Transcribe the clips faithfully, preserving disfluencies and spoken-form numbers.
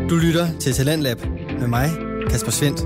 Du lytter til Talentlab med mig, Kasper Svendt.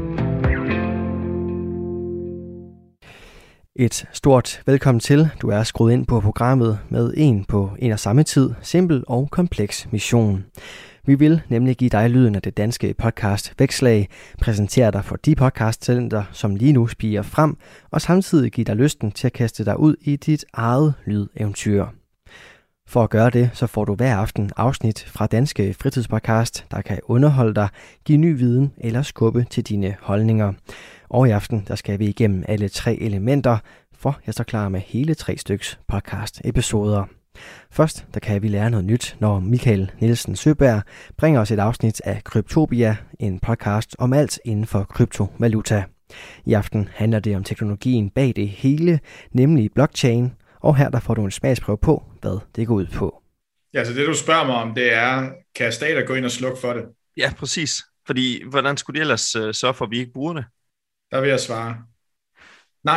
Et stort velkommen til. Du er skruet ind på programmet med en på en og samme tid, simpel og kompleks mission. Vi vil nemlig give dig lyden af det danske podcast Vækslag, præsentere dig for de podcast-talenter, som lige nu spiger frem, og samtidig give dig lysten til at kaste dig ud i dit eget lydeventyr. For at gøre det, så får du hver aften afsnit fra Danske Fritidspodcast, der kan underholde dig, give ny viden eller skubbe til dine holdninger. Og i aften, der skal vi igennem alle tre elementer, for jeg står klar med hele tre styks podcast-episoder. Først, der kan vi lære noget nyt, når Michael Nielsen Søberg bringer os et afsnit af Kryptopia, en podcast om alt inden for kryptovaluta. I aften handler det om teknologien bag det hele, nemlig blockchain, og her der får du en smagsprøve på, hvad det går ud på. Ja, så det du spørger mig om, det er, kan stater gå ind og slukke for det? Ja, præcis. Fordi hvordan skulle de ellers uh, sørge for, at vi ikke bruger det? Der vil jeg svare. Nej.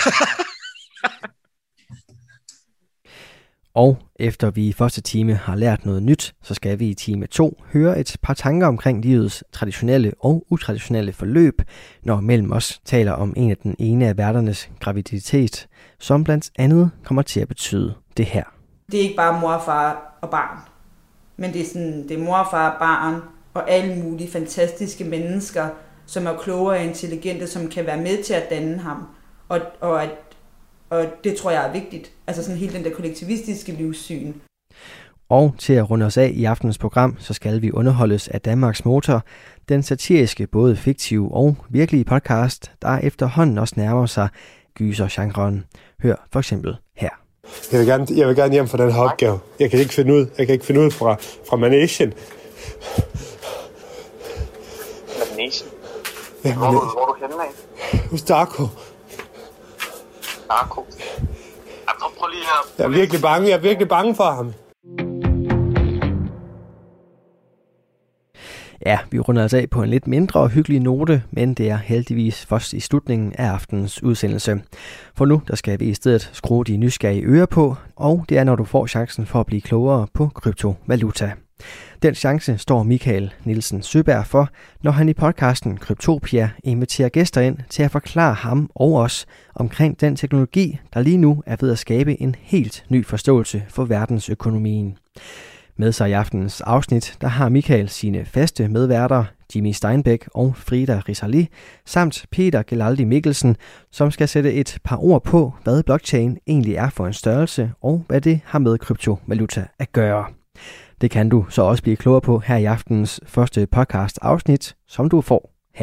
Og efter vi i første time har lært noget nyt, så skal vi i time to høre et par tanker omkring livets traditionelle og utraditionelle forløb, når mellem os taler om en af den ene af værternes graviditet, som blandt andet kommer til at betyde det her. Det er ikke bare mor, far og barn, men det er, sådan, det er mor, far, barn og alle mulige fantastiske mennesker, som er klogere og intelligente, som kan være med til at danne ham. Og, og, at, og det tror jeg er vigtigt. Altså sådan hele den der kollektivistiske livssyn. Og til at runde os af i aftenens program, så skal vi underholdes af Danmarks Motor, den satiriske, både fiktive og virkelige podcast, der efterhånden også nærmer sig gyser-genren. Hør for eksempel her. Jeg vil gerne, jeg vil gerne hjem fra den her opgave. Jeg kan ikke finde ud, jeg kan ikke finde ud fra, fra managen. Managen? Ja, hvor, hvor er du henne af? Hos Darko. Darko? Ja, prøv, prøv lige her. Jeg er virkelig bange, jeg er virkelig bange for ham. Ja, vi runder altså af på en lidt mindre og hyggelig note, men det er heldigvis først i slutningen af aftenens udsendelse. For nu, der skal vi i stedet skrue de nysgerrige ører på, og det er, når du får chancen for at blive klogere på kryptovaluta. Den chance står Michael Nielsen Søberg for, når han i podcasten Kryptopia inviterer gæster ind til at forklare ham og os omkring den teknologi, der lige nu er ved at skabe en helt ny forståelse for verdensøkonomien. Med sig i aftenens afsnit, der har Michael sine faste medværter, Jimmy Steinbeck og Frida Rizali, samt Peter Gelaldi Mikkelsen, som skal sætte et par ord på, hvad blockchain egentlig er for en størrelse, og hvad det har med kryptovaluta at gøre. Det kan du så også blive klogere på her i aftenens første podcast afsnit, som du får her.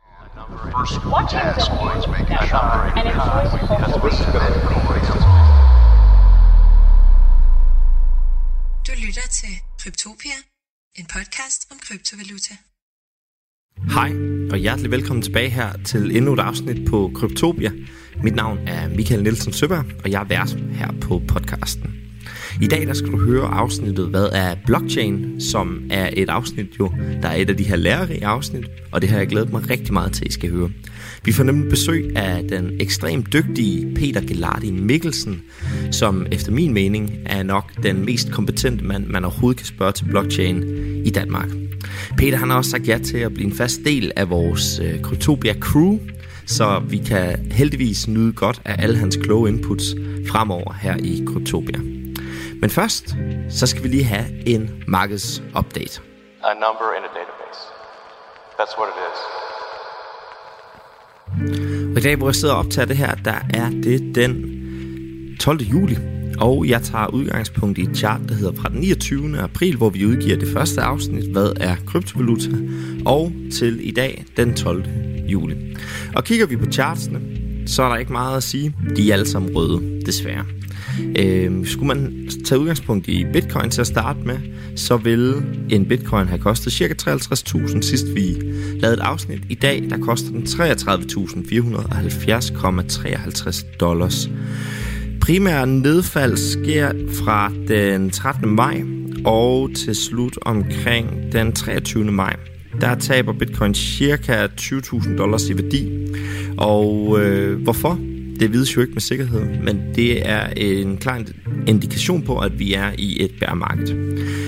Du lytter til Kryptopia, en podcast om kryptovaluta. Hej, og hjertelig velkommen tilbage her til endnu et afsnit på Kryptopia. Mit navn er Michael Nielsen Søberg, og jeg er vært her på podcasten. I dag der skal du høre afsnittet, hvad er blockchain, som er et afsnit jo, der er et af de her lærerige afsnit, og det har jeg glædet mig rigtig meget til, at I skal høre. Vi får nemlig besøg af den ekstremt dygtige Peter Gelaldi Mikkelsen, som efter min mening er nok den mest kompetente mand, man overhovedet kan spørge til blockchain i Danmark. Peter han har også sagt ja til at blive en fast del af vores øh, Kryptopia crew, så vi kan heldigvis nyde godt af alle hans kloge inputs fremover her i Kryptopia. Men først, så skal vi lige have en markedsupdate. A number in a database. That's what it is. Og i dag, hvor jeg sidder og optager det her, der er det den tolvte juli. Og jeg tager udgangspunkt i et chart, der hedder fra den niogtyvende april, hvor vi udgiver det første afsnit, hvad er kryptovaluta, og til i dag, den tolvte juli. Og kigger vi på chartsene, så er der ikke meget at sige. De er alle sammen røde, desværre. Øh, skulle man tage udgangspunkt i bitcoin til at starte med, så ville en bitcoin have kostet ca. treoghalvtreds tusind sidst vi lavede et afsnit. I dag der koster den treogtredive tusind fire hundrede og halvfjerds komma treoghalvtreds dollars. Primære nedfald sker fra den trettende maj og til slut omkring den treogtyvende maj. Der taber bitcoin cirka tyve tusind dollars i værdi. Og øh, hvorfor? Det vides jo ikke med sikkerhed, men det er en klar indikation på, at vi er i et bear market.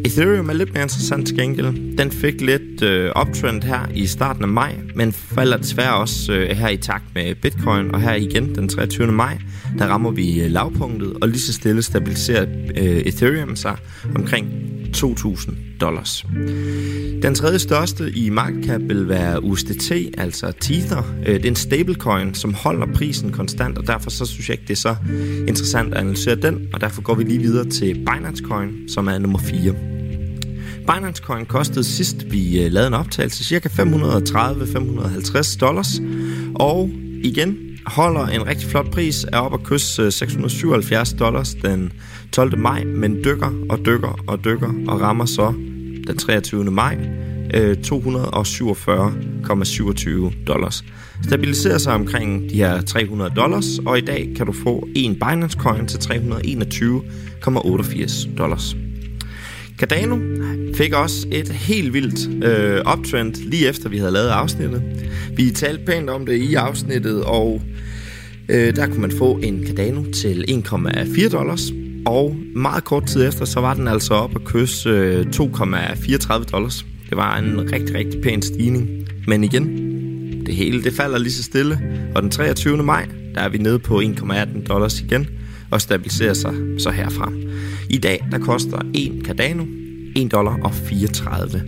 Ethereum er lidt mere interessant til gengæld. Den fik lidt øh, uptrend her i starten af maj, men falder desværre også øh, her i takt med Bitcoin. Og her igen den treogtyvende maj, der rammer vi øh, lavpunktet, og lige så stille stabiliserer øh, Ethereum sig omkring to tusind dollars. Den tredje største i market cap vil være U S D T, altså Tether. Det er en stablecoin, som holder prisen konstant, og derfor så synes jeg ikke, det er så interessant at analysere den, og derfor går vi lige videre til Binance Coin, som er nummer fire. Binance Coin kostede sidst, vi lavede en optagelse, cirka fem hundrede og tredive til fem hundrede og halvtreds dollars, og igen holder en rigtig flot pris, er op at kysse seks hundrede og syvoghalvfjerds dollars den tolvte maj, men dykker og dykker og dykker og rammer så den treogtyvende maj to hundrede og syvogfyrre komma syvogtyve dollars. Stabiliserer sig omkring de her tre hundrede dollars, og i dag kan du få en Binance Coin til tre hundrede og enogtyve komma otteogfirs dollars. Cardano fik også et helt vildt øh, uptrend lige efter vi havde lavet afsnittet. Vi talte pænt om det i afsnittet, og øh, der kunne man få en Cardano til en komma fire dollars. Og meget kort tid efter, så var den altså op at kysse øh, to komma fireogtredive dollars. Det var en rigtig, rigtig pæn stigning. Men igen, det hele det falder lige så stille. Og den treogtyvende maj, der er vi nede på en komma atten dollars igen, og stabiliserer sig så herfra. I dag, der koster en Cardano en dollar og fireogtredive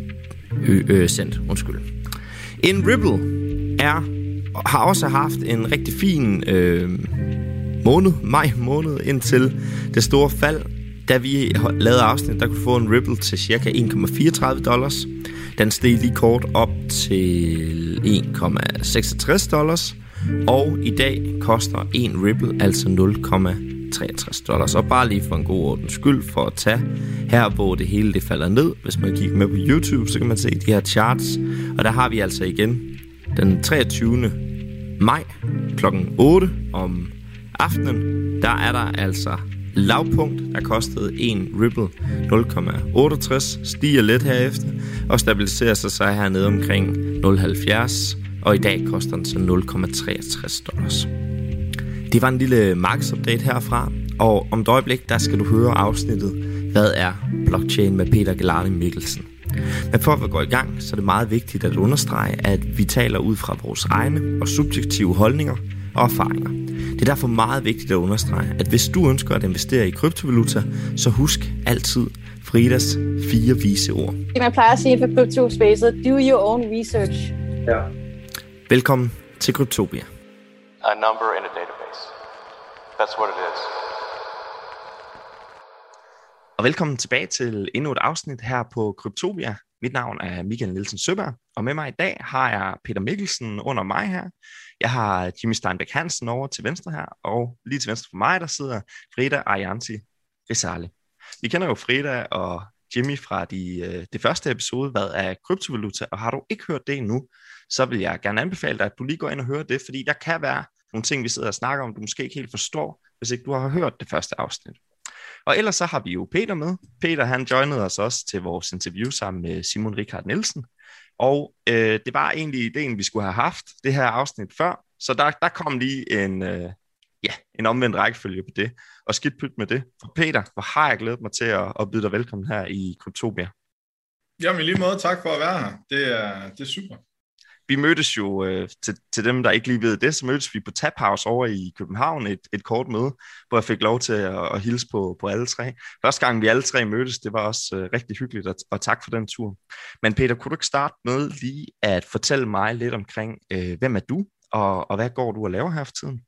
cent. Undskyld. En Ripple er, har også haft en rigtig fin øh, måned, maj måned, indtil det store fald. Da vi lavede afsnit, der kunne få en Ripple til cirka en komma fireogtredive dollars. Den steg lige kort op til en komma seksogtres dollars. Og i dag koster en Ripple altså nul komma treogtres dollars. Og bare lige for en god ordens skyld for at tage her, hvor det hele det falder ned. Hvis man kigger med på YouTube, så kan man se de her charts. Og der har vi altså igen den treogtyvende maj klokken otte om aftenen. Der er der altså lavpunkt, der kostede en Ripple nul komma otteogtres, stiger lidt herefter og stabiliserer sig så hernede omkring nul komma halvfjerds, og i dag koster den så nul komma treogtres dollars. Det var en lille markedsupdate herfra, og om et øjeblik, der skal du høre afsnittet, hvad er blockchain med Peter Gelardi Mikkelsen. Men for at gå i gang, så er det meget vigtigt at understrege, at vi taler ud fra vores egne og subjektive holdninger og erfaringer. Det er derfor meget vigtigt at understrege, at hvis du ønsker at investere i kryptovaluta, så husk altid Fridas fire vise ord. Man plejer at sige for kryptospacet, do your own research. Ja. Velkommen til Kryptopia. A number in a database. That's what it is. Og velkommen tilbage til endnu et afsnit her på Kryptopia. Mit navn er Michael Nielsen Søberg, og med mig i dag har jeg Peter Mikkelsen under mig her. Jeg har Jimmy Steinbæk Hansen over til venstre her, og lige til venstre for mig, der sidder Frida Arianti Risale. Vi kender jo Frida og Jimmy fra de, det første episode, hvad er kryptovaluta, og har du ikke hørt det endnu, så vil jeg gerne anbefale dig, at du lige går ind og hører det, fordi der kan være nogle ting, vi sidder og snakker om, du måske ikke helt forstår, hvis ikke du har hørt det første afsnit. Og ellers så har vi jo Peter med. Peter, han joinede os også til vores interview sammen med Simon Richard Nielsen. Og øh, det var egentlig ideen, vi skulle have haft det her afsnit før. Så der, der kom lige en, øh, ja, en omvendt rækkefølge på det. Og skidt pyt med det. For Peter, hvor har jeg glædet mig til at, at byde dig velkommen her i Kryptopia. Jamen i lige måde, tak for at være her. Det er, det er super. Vi mødtes jo, øh, til, til dem, der ikke lige ved det, så mødtes vi på Tap House over i København, et, et kort møde, hvor jeg fik lov til at, at hilse på, på alle tre. Første gang vi alle tre mødtes, det var også øh, rigtig hyggeligt, og, og tak for den tur. Men Peter, kunne du ikke starte med lige at fortælle mig lidt omkring, øh, hvem er du, og, og hvad går du og laver her for tiden?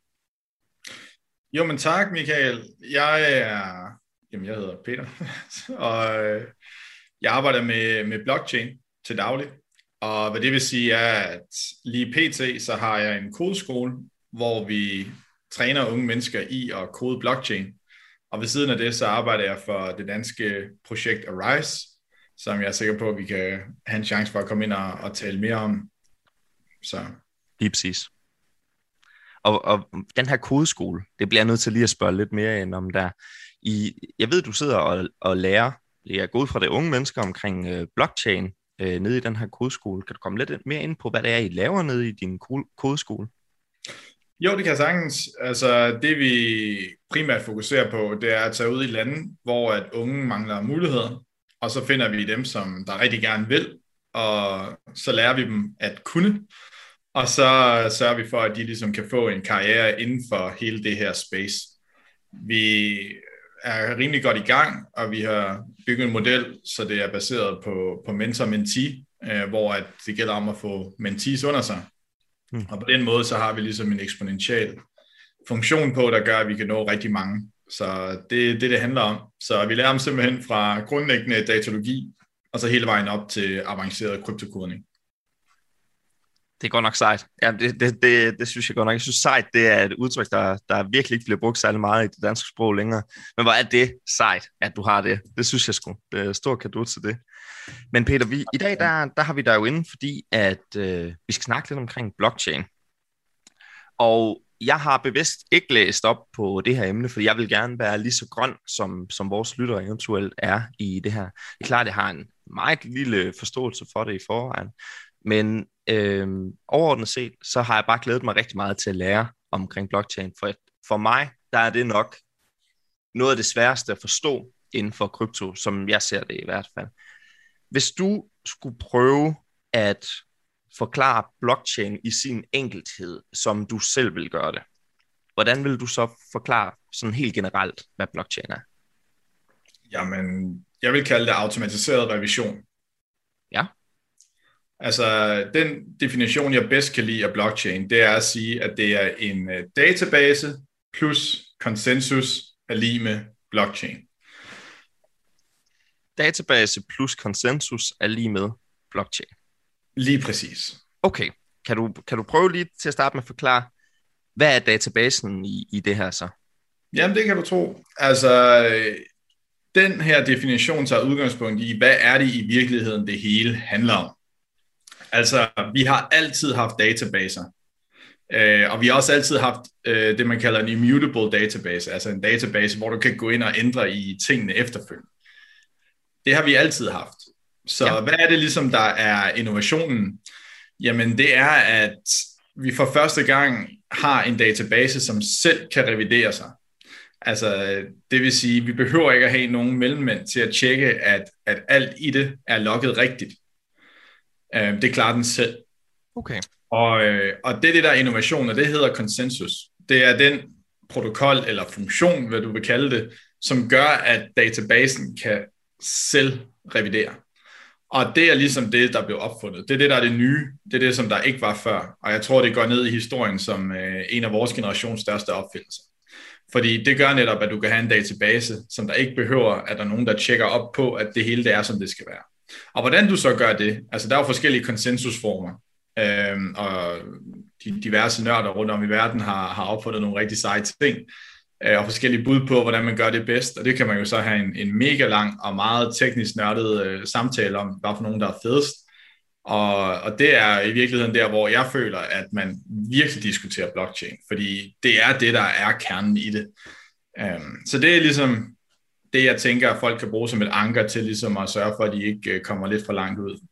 Jo, men tak Michael. Jeg er, jamen jeg hedder Peter, og øh, jeg arbejder med, med blockchain til daglig. Og hvad det vil sige er, at lige pt. Så har jeg en kodeskole, hvor vi træner unge mennesker i at kode blockchain. Og ved siden af det, så arbejder jeg for det danske projekt Arise, som jeg er sikker på, at vi kan have en chance for at komme ind og, og tale mere om. Så. Lige præcis. Og, og den her kodeskole, det bliver jeg nødt til lige at spørge lidt mere ind om der. I, jeg ved, du sidder og, og lærer, jeg er gået fra det unge mennesker omkring øh, blockchain, nede i den her kodeskole. Kan du komme lidt mere ind på, hvad det er, I laver nede i din kodeskole? Jo, det kan jeg sagtens. Altså, det vi primært fokuserer på, det er at tage ud i lande, hvor at unge mangler muligheder. og så finder vi dem, som der rigtig gerne vil, og så lærer vi dem at kunne, og så sørger vi for, at de ligesom kan få en karriere inden for hele det her space. Vi er rimelig godt i gang, og vi har bygget en model, så det er baseret på, på mentor-mentee, øh, hvor at det gælder om at få mentees under sig. Mm. Og på den måde, så har vi ligesom en eksponentiel funktion på, der gør, at vi kan nå rigtig mange. Så det er det, det handler om. Så vi lærer dem simpelthen fra grundlæggende datalogi, og så hele vejen op til avanceret kryptokodning. Det er godt nok sejt. Ja, det, det, det, det synes jeg godt nok. Jeg synes sejt, det er et udtryk, der, der virkelig ikke bliver brugt særlig meget i det danske sprog længere. Men hvor er det sejt, at du har det? Det synes jeg sgu. Det er stor cadeau til det. Men Peter, vi, i dag der, der har vi dig jo inde, fordi at øh, vi skal snakke lidt omkring blockchain. Og jeg har bevidst ikke læst op på det her emne, fordi jeg vil gerne være lige så grøn, som, som vores lyttere eventuelt er i det her. Det er klart, at jeg har en meget lille forståelse for det i forvejen. Men øhm, overordnet set, så har jeg bare glædet mig rigtig meget til at lære omkring blockchain. For, for mig, der er det nok noget af det sværeste at forstå inden for krypto, som jeg ser det i hvert fald. Hvis du skulle prøve at forklare blockchain i sin enkelthed, som du selv vil gøre det, hvordan vil du så forklare sådan helt generelt, hvad blockchain er? Jamen, jeg vil kalde det automatiseret revision. Ja. Altså, den definition, jeg bedst kan lide af blockchain, det er at sige, at det er en database plus konsensus er lig med blockchain. Database plus konsensus er lige med blockchain. Lige præcis. Okay, kan du, kan du prøve lige til at starte med at forklare, hvad er databasen i, i det her så? Jamen, det kan du tro. Altså, den her definition tager udgangspunkt i, hvad er det i virkeligheden, det hele handler om? Altså, vi har altid haft databaser, øh, og vi har også altid haft øh, det, man kalder en immutable database, altså en database, hvor du kan gå ind og ændre i tingene efterfølgende. Det har vi altid haft. Så ja. Hvad er det ligesom, der er innovationen? Jamen, det er, at vi for første gang har en database, som selv kan revidere sig. Altså, det vil sige, at vi behøver ikke at have nogen mellemmænd til at tjekke, at, at alt i det er logget rigtigt. Uh, det klarer den selv. Okay. Og, uh, og det er det, der er innovation, og det hedder konsensus. Det er den protokol eller funktion, hvad du vil kalde det, som gør, at databasen kan selv revidere. Og det er ligesom det, der blev opfundet. Det er det, der er det nye. Det er det, som der ikke var før. Og jeg tror, det går ned i historien som øh, en af vores generations største opfindelser. Fordi det gør netop, at du kan have en database, som der ikke behøver, at der er nogen, der tjekker op på, at det hele det er, som det skal være. Og hvordan du så gør det, altså der er jo forskellige konsensusformer, øhm, og de diverse nørder rundt om i verden har, har opfundet nogle rigtig seje ting, øh, og forskellige bud på, hvordan man gør det bedst, og det kan man jo så have en, en mega lang og meget teknisk nørdet øh, samtale om, hvad for nogen, der er fedest. Og, og det er i virkeligheden der, hvor jeg føler, at man virkelig diskuterer blockchain, fordi det er det, der er kernen i det. Um, så det er ligesom det, jeg tænker, at folk kan bruge som et anker til ligesom at sørge for, at de ikke kommer lidt for langt ud.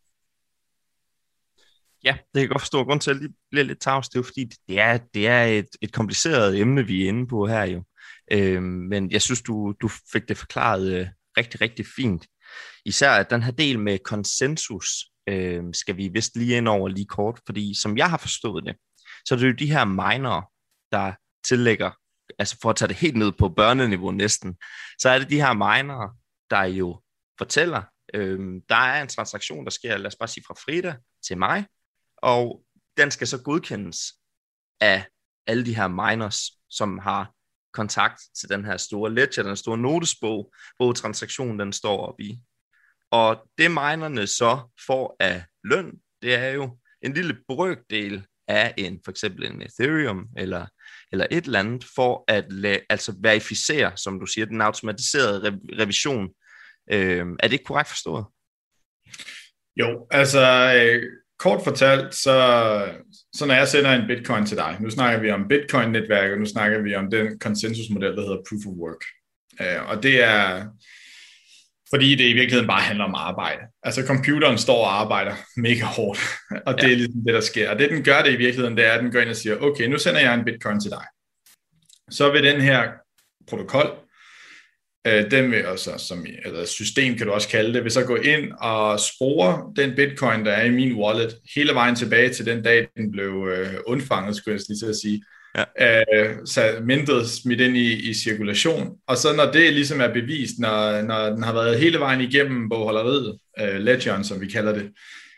Ja, det kan jeg godt forstå. Grunden til, at det bliver lidt tavs, det er jo fordi, det er, det er et, et kompliceret emne, vi er inde på her jo. Øhm, men jeg synes, du, du fik det forklaret øh, rigtig, rigtig fint. Især at den her del med konsensus, øh, skal vi vist lige ind over lige kort, fordi som jeg har forstået det, så er det jo de her miner, der tillægger, altså for at tage det helt ned på børneniveau næsten, så er det de her miner, der jo fortæller, øh, der er en transaktion, der sker, lad os bare sige fra Frida til mig, og den skal så godkendes af alle de her miners, som har kontakt til den her store ledger, den store notesbog, hvor transaktionen den står op i. Og det minerne så får af løn, det er jo en lille brøkdel af en, for eksempel en Ethereum eller, eller et eller andet, for at la- altså verificere, som du siger, den automatiserede re- revision. Øh, er det ikke korrekt forstået? Jo, altså øh, kort fortalt, så, så når jeg sender en bitcoin til dig, nu snakker vi om bitcoin-netværket, nu snakker vi om den konsensusmodel, der hedder proof of work. Øh, og det er fordi det i virkeligheden bare handler om arbejde. Altså computeren står og arbejder mega hårdt, og det ja. er ligesom det, der sker. Og det den gør det i virkeligheden, det er, at den går ind og siger, okay, nu sender jeg en bitcoin til dig. Så vil den her protokol øh, den vil også, som, eller system kan du også kalde det, vil så gå ind og spore den bitcoin, der er i min wallet, hele vejen tilbage til den dag, den blev øh, undfanget, skulle jeg lige til at sige. Ja. Øh, så mintet smidt ind i, i cirkulation, og så når det ligesom er bevist, når, når den har været hele vejen igennem bogholderiet, øh, ledgeren, som vi kalder det,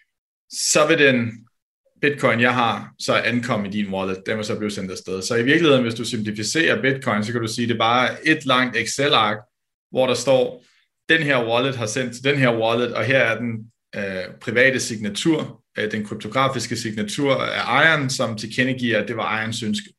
så vil den bitcoin, jeg har, så ankomme i din wallet, den vil så blive sendt afsted. Så i virkeligheden, hvis du simplificerer bitcoin, så kan du sige, det er bare et langt Excel-ark, hvor der står, den her wallet har sendt til den her wallet, og her er den øh, private signatur, øh, den kryptografiske signatur af ejeren, som tilkendegiver, at det var ejerens ønske.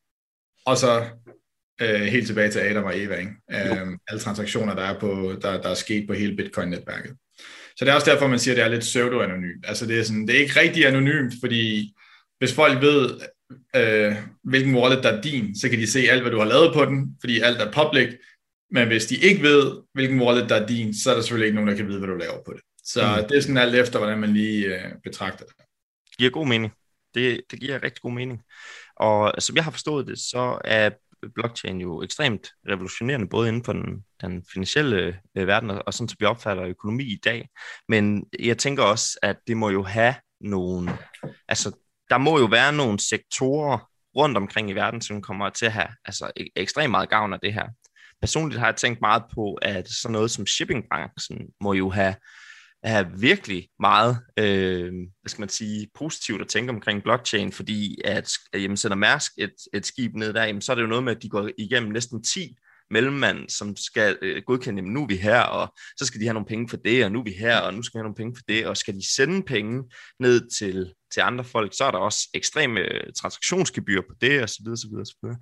Og så øh, helt tilbage til Adam og Eva, ikke? Øh, alle transaktioner, der er, på, der, der er sket på hele bitcoin-netværket. Så det er også derfor, man siger, at det er lidt pseudo-anonymt. Altså det er, sådan, det er ikke rigtig anonymt, fordi hvis folk ved, øh, hvilken wallet der er din, så kan de se alt, hvad du har lavet på den, fordi alt er public. Men hvis de ikke ved, hvilken wallet der er din, så er der selvfølgelig ikke nogen, der kan vide, hvad du laver på det. Så mm. det er sådan alt efter, hvordan man lige øh, betragter det. Det giver god mening. Det, det giver rigtig god mening. Og som jeg har forstået det, så er blockchain jo ekstremt revolutionerende, både inden for den, den finansielle øh, verden, og sådan, så vi opfatter økonomi i dag. Men jeg tænker også, at det må jo have nogle, altså der må jo være nogle sektorer rundt omkring i verden, som kommer til at have altså, ek- ekstremt meget gavn af det her. Personligt har jeg tænkt meget på, at sådan noget som shippingbranchen må jo have, have virkelig meget, øh, hvad skal man sige, positivt at tænke omkring blockchain, fordi at jamen, sender Mærsk et, et skib ned der, jamen, så er det jo noget med, at de går igennem næsten ti mellemmand, som skal øh, godkende, jamen, nu er vi her, og så skal de have nogle penge for det, og nu er vi her, og nu skal vi have nogle penge for det, og skal de sende penge ned til, til andre folk, så er der også ekstreme transaktionsgebyr på det, og så videre, så videre, så videre.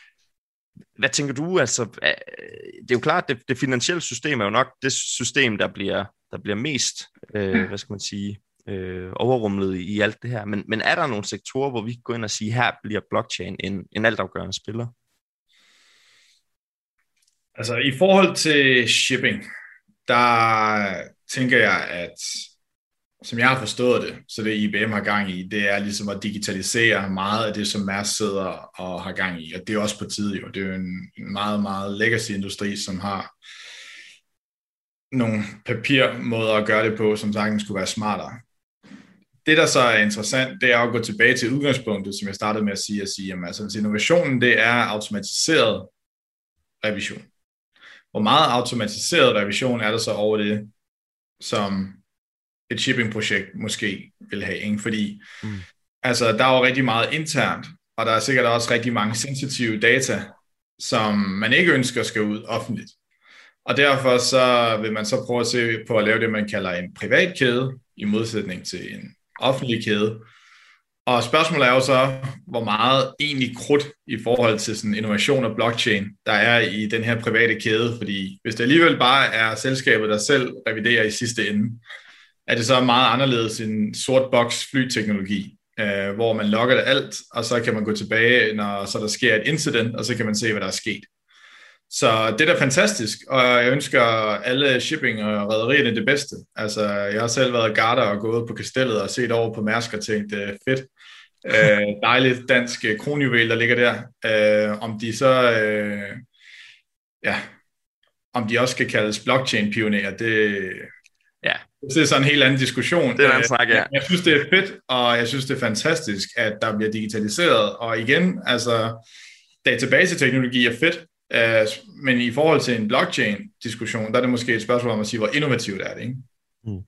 Hvad tænker du? Altså, det er jo klart, at det, det finansielle system er jo nok det system, der bliver, der bliver mest, øh, hvad skal man sige, øh, overrumlet i, i alt det her. Men, men er der nogle sektorer, hvor vi kan gå ind og sige, her bliver blockchain en, en altafgørende spiller? Altså, i forhold til shipping, der tænker jeg, at som jeg har forstået det, så det I B M har gang i, det er ligesom at digitalisere meget af det, som Mærsk sidder og har gang i. Og det er også på tide jo. Det er jo en meget, meget legacy-industri, som har nogle papirmåder at gøre det på, som sagtens skulle være smartere. Det, der så er interessant, det er at gå tilbage til udgangspunktet, som jeg startede med at sige, at sige, jamen, altså, innovationen, det er automatiseret revision. Hvor meget automatiseret revision er der så over det, som et shipping-projekt måske vil have, ikke? Fordi mm. altså, der er jo rigtig meget internt, og der er sikkert også rigtig mange sensitive data, som man ikke ønsker skal ud offentligt. Og derfor så vil man så prøve at se på at lave det, man kalder en privat kæde, i modsætning til en offentlig kæde. Og spørgsmålet er jo så, hvor meget egentlig krudt i forhold til sådan innovation og blockchain, der er i den her private kæde, fordi hvis det alligevel bare er selskabet, der selv reviderer i sidste ende, er det så meget anderledes end sort boks flyteknologi, øh, hvor man logger det alt, og så kan man gå tilbage, når så der sker et incident, og så kan man se, hvad der er sket. Så det er da fantastisk, og jeg ønsker alle shipping og rederierne det bedste. Altså, jeg har selv været garder og gået på kastellet og set over på Mærsk og tænkt, fedt, øh, dejligt dansk kronjuvel, der ligger der. Øh, om de så, øh, ja, om de også skal kaldes blockchain-pionerer, det... Ja. Det er sådan en helt anden diskussion. Det er en snak, ja. Jeg synes, det er fedt, og jeg synes, det er fantastisk, at der bliver digitaliseret. Og igen, altså, database-teknologi er fedt, men i forhold til en blockchain-diskussion, der er det måske et spørgsmål om at sige, hvor innovativt er det, ikke? Mm.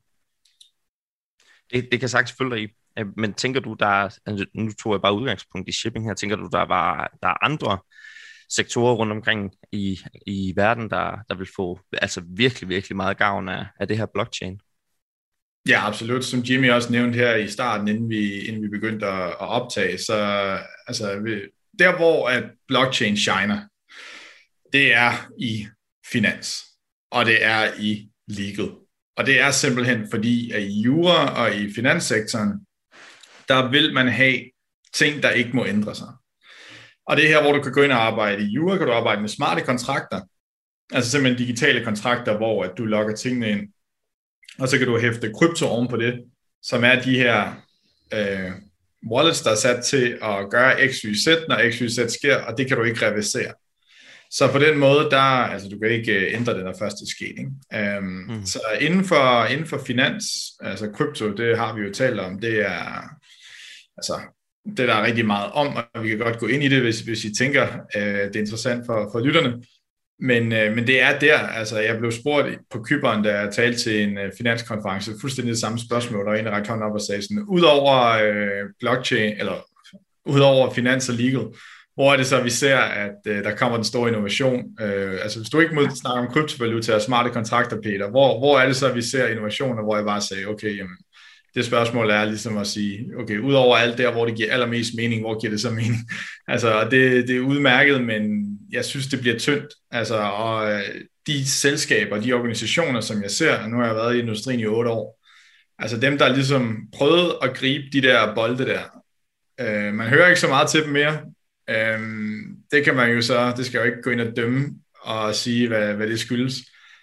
Det, det kan sagtens følge dig i. Men tænker du, der er, altså, nu tog jeg bare udgangspunkt i shipping her, tænker du, der, var, der er andre sektorer rundt omkring i, i verden, der, der vil få altså virkelig, virkelig meget gavn af, af det her blockchain? Ja, absolut. Som Jimmy også nævnte her i starten, inden vi, inden vi begyndte at, at optage, så altså, der hvor at blockchain shiner, det er i finans, og det er i legal. Og det er simpelthen fordi, at i jura og i finanssektoren, der vil man have ting, der ikke må ændre sig. Og det er her, hvor du kan gå ind og arbejde i jura, kan du arbejde med smarte kontrakter, altså simpelthen digitale kontrakter, hvor at du logger tingene ind, og så kan du hæfte krypto oven på det, som er de her øh, wallets, der er sat til at gøre X Y Z, når X Y Z sker, og det kan du ikke reversere. Så på den måde, der, altså du kan ikke ændre det, der først er sket. Ikke? Um, mm. Så inden for, inden for finans, altså krypto, det har vi jo talt om, det er, altså, det der er rigtig meget om, og vi kan godt gå ind i det, hvis, hvis I tænker, uh, det er interessant for, for lytterne. Men, uh, men det er der, altså jeg blev spurgt på Cypern, da jeg talte til en uh, finanskonference, fuldstændig det samme spørgsmål, og en der rakte hånden op og sagde sådan, udover uh, blockchain, eller udover finans og legal, hvor er det så, vi ser, at øh, der kommer den store innovation? Øh, altså, hvis du ikke må snakke om kryptovaluta og smarte kontrakter, Peter, hvor, hvor er det så, vi ser innovationer, hvor jeg bare sagde, okay, jamen, det spørgsmål er ligesom at sige, okay, udover alt der, hvor det giver allermest mening, hvor giver det så mening? Altså, det, det er udmærket, men jeg synes, det bliver tyndt. Altså, og øh, de selskaber, de organisationer, som jeg ser, nu har jeg været i industrien i otte år, altså dem, der ligesom prøvede at gribe de der bolde der, øh, man hører ikke så meget til dem mere. Øhm, det kan man jo så, det skal jo ikke gå ind og dømme og sige, hvad, hvad det skyldes.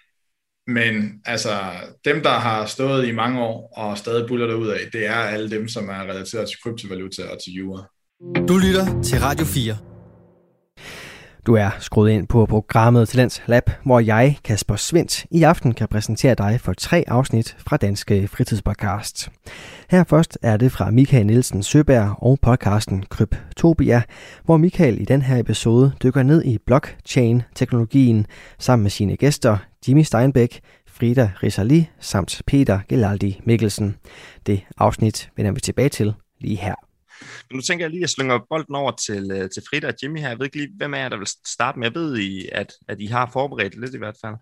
Men altså, dem, der har stået i mange år og stadig buller derud af, det er alle dem, som er relateret til kryptovaluta og til jura. Du lytter til Radio fire. Du er skruet ind på programmet Talents Lab, hvor jeg, Kasper Svendt, i aften kan præsentere dig for tre afsnit fra Danske Fritidspodcast. Her først er det fra Michael Nielsen Søberg og podcasten Kryptopia, hvor Michael i den her episode dykker ned i blockchain-teknologien sammen med sine gæster Jimmy Steinbeck, Frida Rizali samt Peter Gelaldi Mikkelsen. Det afsnit vender vi tilbage til lige her. Men nu tænker jeg lige at slynge bolden over til, til Frida og Jimmy her. Jeg ved ikke lige, hvem af jer, der vil starte med. Jeg ved, I, at, at I har forberedt lidt i hvert fald.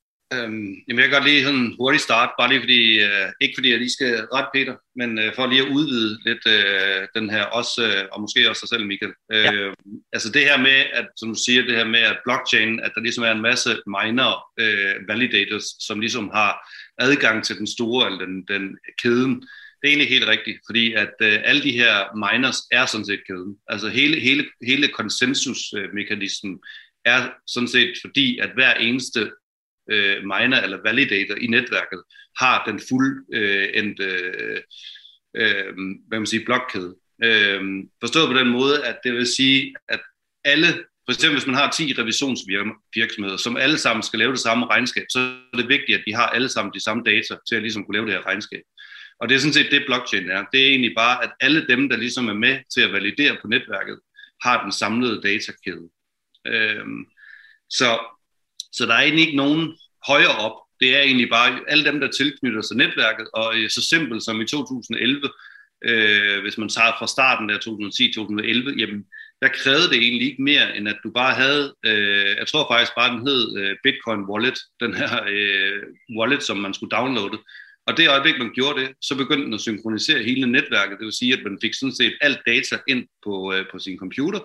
Øhm, jamen jeg kan godt lige sådan hurtigt starte, bare lige fordi, øh, ikke fordi jeg lige skal rette Peter, men øh, for lige at udvide lidt øh, den her, også, øh, og måske også dig selv, Michael. Øh, ja. Altså det her med, at, som du siger, det her med, at blockchain, at der ligesom er en masse miner øh, validators, som ligesom har adgang til den store, eller den, den kæden. Det er egentlig helt rigtigt, fordi at øh, alle de her miners er sådan set kæden. Altså hele, hele, hele konsensusmekanismen er sådan set fordi, at hver eneste øh, miner eller validator i netværket har den fuld øh, end, øh, øh, hvad man siger, blokkæde. Øh, forstået på den måde, at det vil sige, at alle, for eksempel hvis man har ti revisionsvirksomheder, som alle sammen skal lave det samme regnskab, så er det vigtigt, at de har alle sammen de samme data til at ligesom kunne lave det her regnskab. Og det er sådan set det, blockchain er. Det er egentlig bare, at alle dem, der ligesom er med til at validere på netværket, har den samlede datakæde. Øhm, så, så der er egentlig ikke nogen højere op. Det er egentlig bare alle dem, der tilknytter sig netværket, og så simpelt som i to tusind og elleve, øh, hvis man tager fra starten der to tusind og ti til to tusind og elleve, jamen, der krævede det egentlig ikke mere, end at du bare havde, øh, jeg tror faktisk bare, den hed øh, Bitcoin Wallet, den her øh, wallet, som man skulle downloade. Og det øjeblik, man gjorde det, så begyndte den at synkronisere hele netværket. Det vil sige, at man fik sådan set alt data ind på, øh, på sin computer.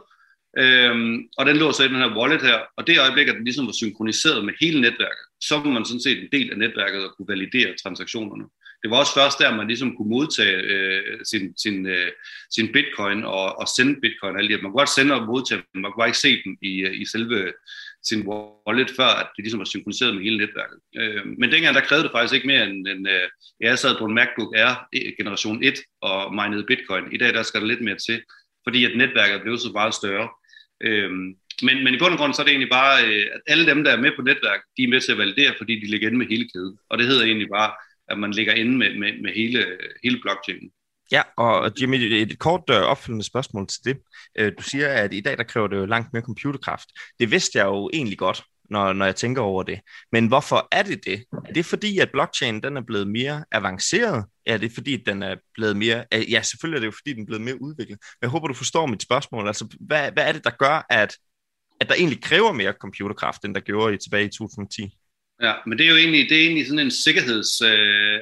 Øhm, og den lå så i den her wallet her. Og det øjeblik, at den ligesom var synkroniseret med hele netværket, så var man sådan set en del af netværket og kunne validere transaktionerne. Det var også først der, man ligesom kunne modtage øh, sin, sin, øh, sin bitcoin og, og sende bitcoin. Man kunne godt sende og modtage dem, man kunne bare ikke se dem i, i selve sin wallet, før at det ligesom var synkroniseret med hele netværket. Øh, men dengang, der krævede det faktisk ikke mere end, end øh, jeg sad på en MacBook Air generation et og minede bitcoin. I dag, der skal der lidt mere til, fordi at netværket blev så meget større. Øh, men, men i bund og grund, så er det egentlig bare, øh, at alle dem, der er med på netværket, de er med til at validere, fordi de ligger inde med hele kæden. Og det hedder egentlig bare, at man ligger inde med, med, med hele, hele blockchainen. Ja, og Jimmy, et kort uh, opfølgende spørgsmål til det. Uh, du siger, at i dag der kræver det jo langt mere computerkraft. Det vidste jeg jo egentlig godt, når, når jeg tænker over det. Men hvorfor er det det? Er det fordi, at blockchain den er blevet mere avanceret? Er det fordi, at den er blevet mere... Uh, ja, selvfølgelig er det jo fordi, den er blevet mere udviklet. Men jeg håber, du forstår mit spørgsmål. Altså, hvad, hvad er det, der gør, at, at der egentlig kræver mere computerkraft, end der gjorde i tilbage i to tusind og ti? Ja, men det er jo egentlig, det er egentlig sådan en sikkerheds... Øh...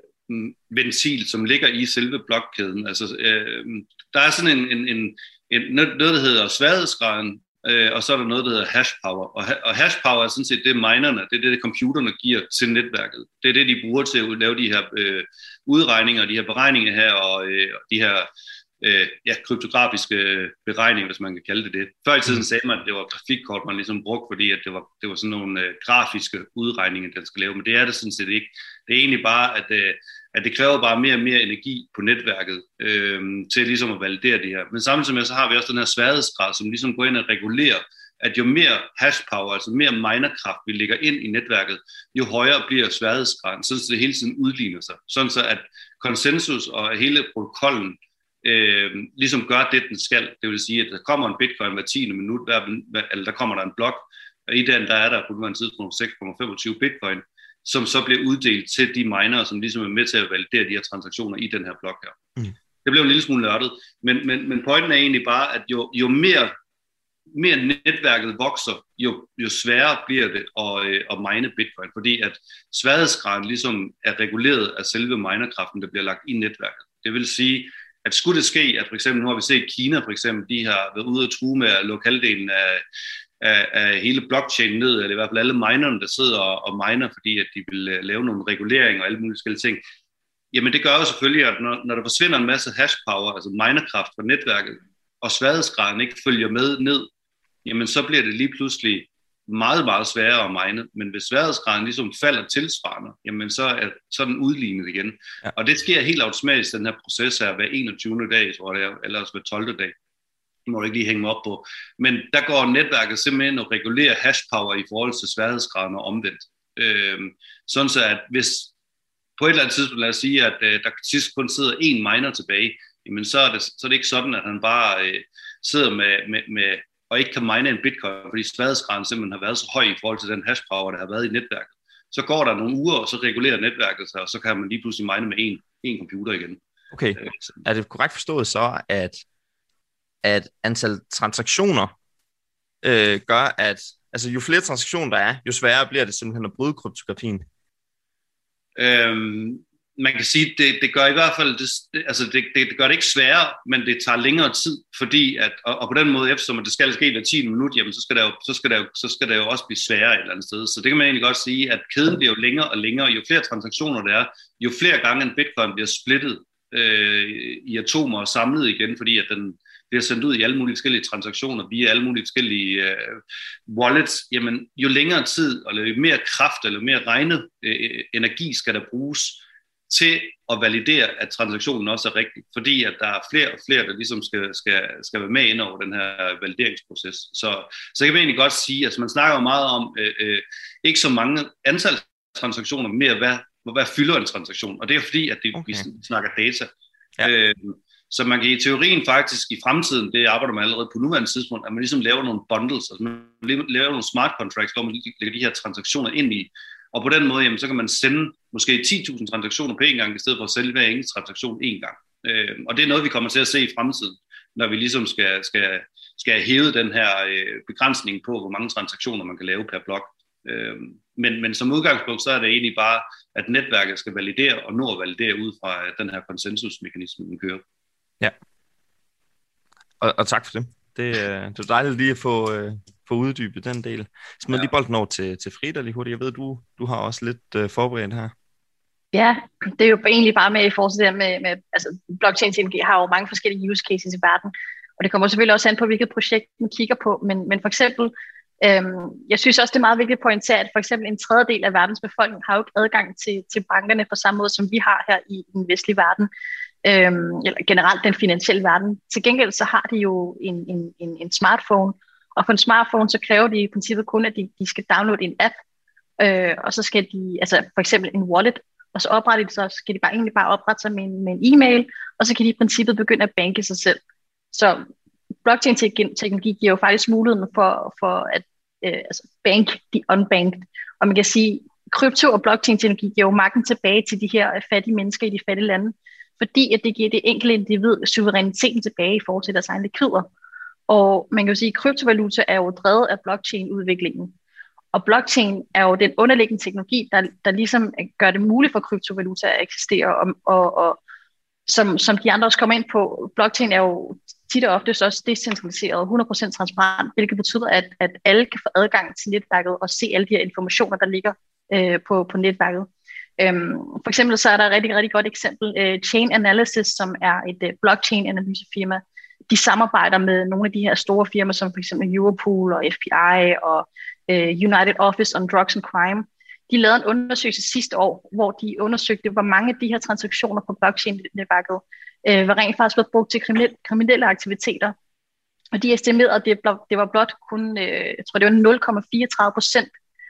ventil, som ligger i selve blokkæden. Altså, øh, der er sådan en, en, en, en noget, der hedder sværhedsgraden, øh, og så er der noget, der hedder hash power. Og, og hash power er sådan set det, minerne, det er det, computerne giver til netværket. Det er det, de bruger til at lave de her øh, udregninger, de her beregninger her, og øh, de her øh, ja, kryptografiske beregninger, hvis man kan kalde det det. Før i tiden sagde man, at det var grafikkort, man ligesom brugte, fordi at det var, det var sådan nogle øh, grafiske udregninger, den skal lave, men det er det sådan set ikke. Det er egentlig bare, at, øh, at det kræver bare mere og mere energi på netværket øh, til ligesom at validere det her. Men samtidig med, så har vi også den her sværhedsgrad, som ligesom går ind og regulerer, at jo mere hash power, altså mere minerkraft vi lægger ind i netværket, jo højere bliver sværhedsgraden, sådan så det hele tiden udligner sig. Sådan så at konsensus og hele protokollen øh, ligesom gør det, den skal. Det vil sige, at der kommer en bitcoin hver tiende minut, hver, eller der kommer der en blok, og i den der er der på nuværende tidspunkt seks komma femogtyve bitcoin, som så bliver uddelt til de minere, som ligesom er med til at validere de her transaktioner i den her blok her. Mm. Det blev en lille smule nørdet, men, men, men pointen er egentlig bare, at jo, jo mere, mere netværket vokser, jo, jo sværere bliver det at, øh, at mine bitcoin, fordi at sværhedsgraden ligesom er reguleret af selve minerkraften, der bliver lagt i netværket. Det vil sige, at skulle det ske, at for eksempel, nu har vi set Kina for eksempel, de har været ude at true med at lukke halvdelen af, af, af hele blockchain ned, eller i hvert fald alle minerne, der sidder og, og miner, fordi at de vil lave nogle reguleringer og alle mulige forskellige ting. Jamen det gør jo selvfølgelig, at når, når der forsvinder en masse hash power, altså minerkraft fra netværket, og sværhedsgraden ikke følger med ned, jamen så bliver det lige pludselig meget, meget sværere at mine. Men hvis sværhedsgraden ligesom falder tilsvarende, jamen så er, så er den udlignet igen. Ja. Og det sker helt automatisk, den her proces her, hver enogtyvende dag, tror jeg, eller hver tolvte dag. Det må du ikke lige hænge mig op på. Men der går netværket simpelthen og regulerer hash power i forhold til sværhedsgraden og omvendt. Øhm, sådan så at hvis på et eller andet tidspunkt, lad os sige, at øh, der sidst kun sidder én miner tilbage, jamen så er, det, så er det ikke sådan, at han bare øh, sidder med, med, med, og ikke kan mine en bitcoin, fordi sværhedsgraden simpelthen har været så høj i forhold til den hash power, der har været i netværket. Så går der nogle uger, og så regulerer netværket sig, og så kan man lige pludselig mine med en, en computer igen. Okay, øh, er det korrekt forstået så, at, at antal transaktioner øh, gør, at altså, jo flere transaktioner der er, jo sværere bliver det simpelthen at bryde kryptografien? Øhm, man kan sige, det, det gør i hvert fald, det, altså det, det, det gør det ikke sværere, men det tager længere tid, fordi at, og, og på den måde, eftersom det skal ske hver tiende minut, jamen så skal, der jo, så, skal der jo, så skal der jo også blive sværere et eller andet sted. Så det kan man egentlig godt sige, at kæden bliver jo længere og længere, jo flere transaktioner der er, jo flere gange en bitcoin bliver splittet øh, i atomer og samlet igen, fordi at den bliver sendt ud i alle mulige forskellige transaktioner via alle mulige forskellige øh, wallets, jamen jo længere tid, eller jo mere kraft, eller mere regnet øh, energi skal der bruges til at validere, at transaktionen også er rigtig, fordi at der er flere og flere, der ligesom skal, skal, skal være med ind over den her valideringsproces. Så, så kan man egentlig godt sige, at altså man snakker jo meget om, øh, øh, ikke så mange antal transaktioner, mere hvad, hvad fylder en transaktion, og det er fordi, at det, okay. vi snakker data. Ja. Øh, Så man kan i teorien faktisk i fremtiden, det arbejder man allerede på nuværende tidspunkt, at man ligesom laver nogle bundles, altså man laver nogle smart contracts, hvor man lægger de her transaktioner ind i. Og på den måde, jamen, så kan man sende måske ti tusind transaktioner på en gang, i stedet for at sælge hver enkelt transaktion en gang. Øh, og det er noget, vi kommer til at se i fremtiden, når vi ligesom skal, skal, skal hæve den her øh, begrænsning på, hvor mange transaktioner man kan lave per blok. Øh, men, men som udgangspunkt, så er det egentlig bare, at netværket skal validere og nå at validere ud fra den her konsensusmekanisme, den kører. Ja, og, og tak for det. Det, det er dejligt lige at få, øh, få uddybet den del. Smid ja. lige bolden over til, til Frida lige hurtigt. Jeg ved, du, du har også lidt øh, forberedt her. Ja, det er jo egentlig bare med i forhold til det med, med altså blockchain-teknologi har jo mange forskellige use cases i verden, og det kommer selvfølgelig også an på, hvilket projekt man kigger på, men, men for eksempel, øhm, jeg synes også, det er meget vigtigt at pointere, at for eksempel en tredjedel af verdens befolkning har jo ikke adgang til, til bankerne på samme måde, som vi har her i den vestlige verden. Øhm, eller generelt den finansielle verden. Til gengæld så har de jo en, en, en, en smartphone, og på en smartphone så kræver de i princippet kun, at de, de skal downloade en app, øh, og så skal de, altså for eksempel en wallet, og så oprette de, så skal de bare egentlig bare oprette sig med en, med en e-mail, og så kan de i princippet begynde at banke sig selv. Så blockchain-teknologi giver jo faktisk muligheden for, for at øh, altså bank de unbanked, og man kan sige, krypto og blockchain-teknologi giver jo magten tilbage til de her fattige mennesker i de fattige lande, fordi at det giver det enkelte individ suveræniteten tilbage i forhold til deres egne likvider. Og man kan jo sige, at kryptovaluta er jo drevet af blockchain-udviklingen. Og blockchain er jo den underliggende teknologi, der, der ligesom gør det muligt for kryptovaluta at eksistere. Og, og, og som, som de andre også kommer ind på, blockchain er jo tit og ofte også decentraliseret, hundrede procent transparent, hvilket betyder, at, at alle kan få adgang til netværket og se alle de her informationer, der ligger øh, på, på netværket. Um, for eksempel så er der et rigtig, rigtig godt eksempel, uh, Chain Analysis, som er et uh, blockchain-analysefirma. De samarbejder med nogle af de her store firmaer, som for eksempel Europol og F B I og uh, United Office on Drugs and Crime. De lavede en undersøgelse sidste år, hvor de undersøgte, hvor mange af de her transaktioner på blockchain-netværket uh, var rent faktisk blevet brugt til kriminelle, kriminelle aktiviteter. Og de estimerede, at det, det var blot kun, øh, jeg tror det var nul komma fireogtredive procent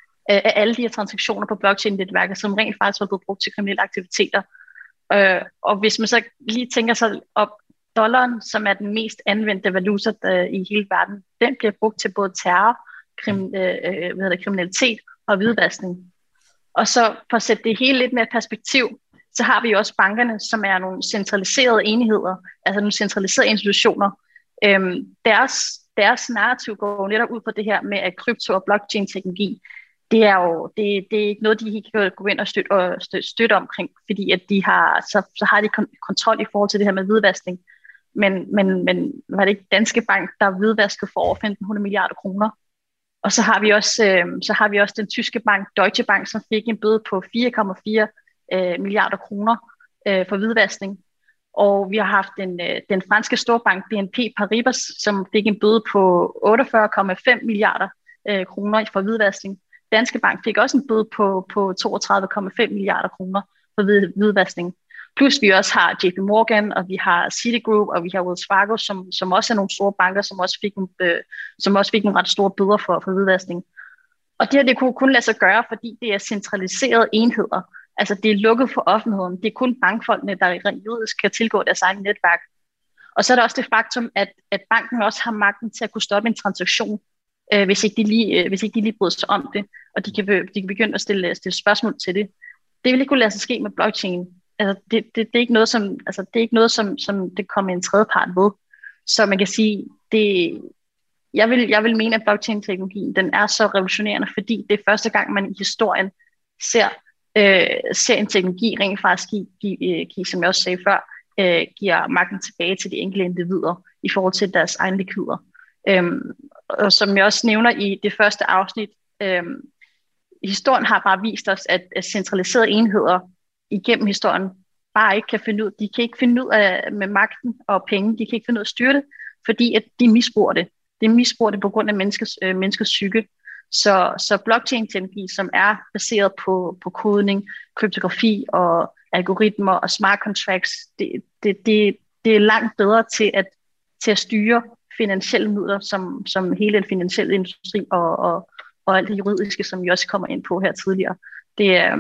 af alle de her transaktioner på blockchain-netværket, som rent faktisk var blevet brugt til kriminelle aktiviteter. Øh, og hvis man så lige tænker sig op, dollaren, som er den mest anvendte valuta der, i hele verden, den bliver brugt til både terror, krim, øh, hvad hedder det, kriminalitet og hvidvaskning. Og så for at sætte det hele lidt mere perspektiv, så har vi også bankerne, som er nogle centraliserede enheder, altså nogle centraliserede institutioner. Øhm, deres, deres narrativ går netop ud på det her med, at krypto- og blockchain-teknologi, det er jo det, det er ikke noget, de kan gå ind og støtte, og støtte, støtte omkring, fordi at de har, så, så har de kontrol i forhold til det her med hvidvaskning. Men, men, men var det ikke Danske Bank, der hvidvaskede for over femten hundrede milliarder kroner? Og så har vi også, øh, så har vi også den tyske bank, Deutsche Bank, som fik en bøde på fire komma fire øh, milliarder kroner øh, for hvidvaskning. Og vi har haft den, øh, den franske storbank B N P Paribas, som fik en bøde på otteogfyrre komma fem milliarder øh, kroner for hvidvaskning. Danske Bank fik også en bøde på, på toogtredive komma fem milliarder kroner for hvidvaskning. Plus vi også har J P Morgan, og vi har Citigroup, og vi har Wells Fargo, som, som også er nogle store banker, som også fik, øh, som også fik nogle ret store bøder for, for hvidvaskning. Og det her, det kunne kun lade sig gøre, fordi det er centraliserede enheder. Altså det er lukket for offentligheden. Det er kun bankfolkene, der juridisk kan tilgå deres egen netværk. Og så er der også det faktum, at, at banken også har magten til at kunne stoppe en transaktion, øh, hvis, ikke de lige, øh, hvis ikke de lige bryder sig om det, og de kan, de kan begynde at stille, stille spørgsmål til det. Det vil ikke kunne lade sig ske med blockchain. Altså, det, det, det er ikke noget, som, altså, det er ikke noget, som, som det kommer en tredjepart ved. Så man kan sige, det, jeg, vil, jeg vil mene, at blockchain-teknologien den er så revolutionerende, fordi det er første gang, man i historien ser, øh, ser en teknologi rent faktisk give, give, give, som jeg også sagde før, øh, giver magten tilbage til de enkelte individer i forhold til deres egne likvider. Øhm, og som jeg også nævner i det første afsnit, øhm, historien har bare vist os, at, at centraliserede enheder igennem historien bare ikke kan finde ud, de kan ikke finde ud af med magten og penge, de kan ikke finde ud af at styre det, fordi at de misbruger det. De misbruger det på grund af menneskers, øh, menneskers psyke. Så, så blockchain-teknologi, som er baseret på, på kodning, kryptografi og algoritmer og smart contracts, det, det, det, det er langt bedre til at, til at styre finansielle midler, som, som hele den finansielle industri og, og, og alt det juridiske, som vi også kommer ind på her tidligere. Det er,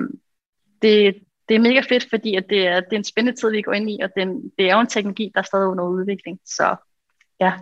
det, det er mega fedt, fordi at det, er, det er en spændende tid, vi går ind i, og den, det er jo en teknologi, der er stadig under udvikling. Så ja.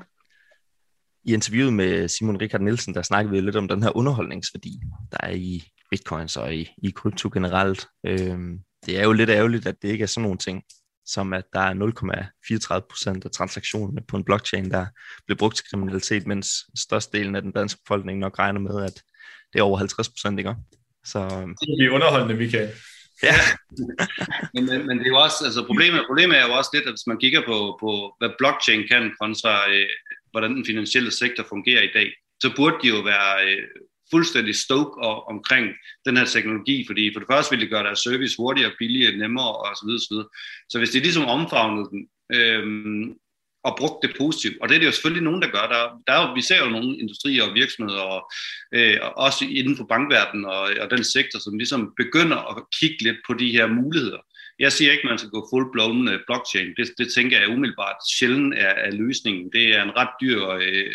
I interviewet med Simon Richard Nielsen, der snakkede vi lidt om den her underholdningsværdi, der er i bitcoins og i, i krypto generelt. Øhm, det er jo lidt ærgerligt, at det ikke er sådan nogle ting, som at der er nul komma fireogtredive procent af transaktionerne på en blockchain, der bliver brugt til kriminalitet, mens størstedelen af den danske befolkning nok regner med, at det er over halvtreds procent, ikke? Så det er underholdende, Michael. Ja. men, men, men det er jo også, altså problemet, problemet er jo også lidt, at hvis man kigger på, på hvad blockchain kan kontra, øh, hvordan den finansielle sektor fungerer i dag, så burde de jo være øh, fuldstændig stoke og, omkring den her teknologi, fordi for det første vil det gøre deres service hurtigere, billigere, nemmere og så videre, så videre. Så hvis de ligesom omfavnede den øh, og brugte det positivt, og det er det jo selvfølgelig nogen, der gør, der, der er jo, vi ser jo nogle industrier og virksomheder, og, øh, og også inden for bankverdenen og, og den sektor, som ligesom begynder at kigge lidt på de her muligheder. Jeg siger ikke, at man skal gå full-blown uh, blockchain. Det, det tænker jeg umiddelbart sjældent er, er løsningen. Det er en ret dyr øh,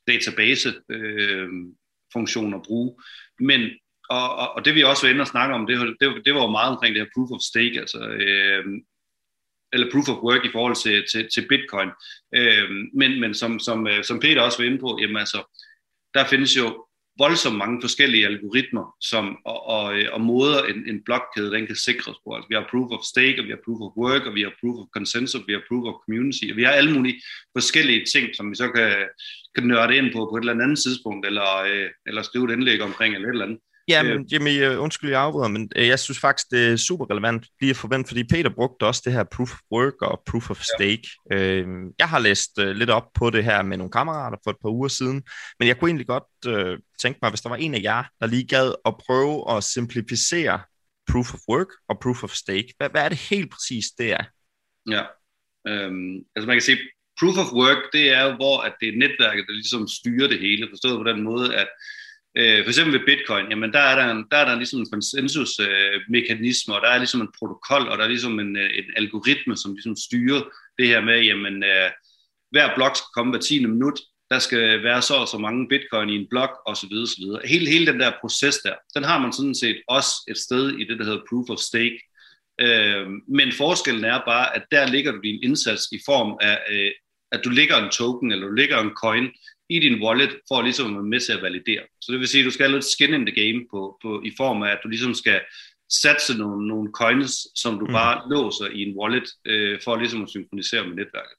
database-funktion øh, at bruge. Men, og, og, og det vi også var inde og snakke om, det, det, det var jo meget omkring det her proof of stake, altså, øh, eller proof of work i forhold til, til, til bitcoin. Øh, men men som, som, som Peter også var inde på, jamen altså, der findes jo voldsomt mange forskellige algoritmer som, og, og, og måder en, en blokkæde, den kan sikres på. Altså, vi har proof of stake, og vi har proof of work, og vi har proof of consensus, vi har proof of community, og vi har alle mulige forskellige ting, som vi så kan, kan nørde ind på på et eller andet tidspunkt, eller, eller skrive et indlæg omkring, eller et eller andet. Ja, men Jimmy, undskyld, jeg afbryder, men jeg synes faktisk, det er super relevant lige at forvente, fordi Peter brugte også det her proof of work og proof of stake. Ja. Jeg har læst lidt op på det her med nogle kammerater for et par uger siden, men jeg kunne egentlig godt uh, tænke mig, hvis der var en af jer, der lige gad at prøve at simplificere proof of work og proof of stake. Hvad, hvad er det helt præcis, det er? Ja, øhm, altså man kan sige, proof of work, det er jo, hvor at det er netværket, der ligesom styrer det hele, forstået på den måde, at for eksempel ved Bitcoin, jamen der er der, en, der, er der ligesom en konsensusmekanisme, øh, og der er ligesom en protokol, og der er ligesom en, en algoritme, som ligesom styrer det her med, jamen øh, hver blok skal komme hver tiende minut, der skal være så og så mange bitcoin i en blok, og så videre, så videre. Hele, hele den der proces der, den har man sådan set også et sted i det, der hedder proof of stake. Øh, men forskellen er bare, at der ligger du din indsats i form af, øh, at du lægger en token, eller du lægger en coin i din wallet, for ligesom at være med til at validere. Så det vil sige, at du skal have lidt skin in the game på, på, i form af, at du ligesom skal satse nogle, nogle coins, som du mm. bare låser i en wallet, øh, for ligesom at synkronisere med netværket.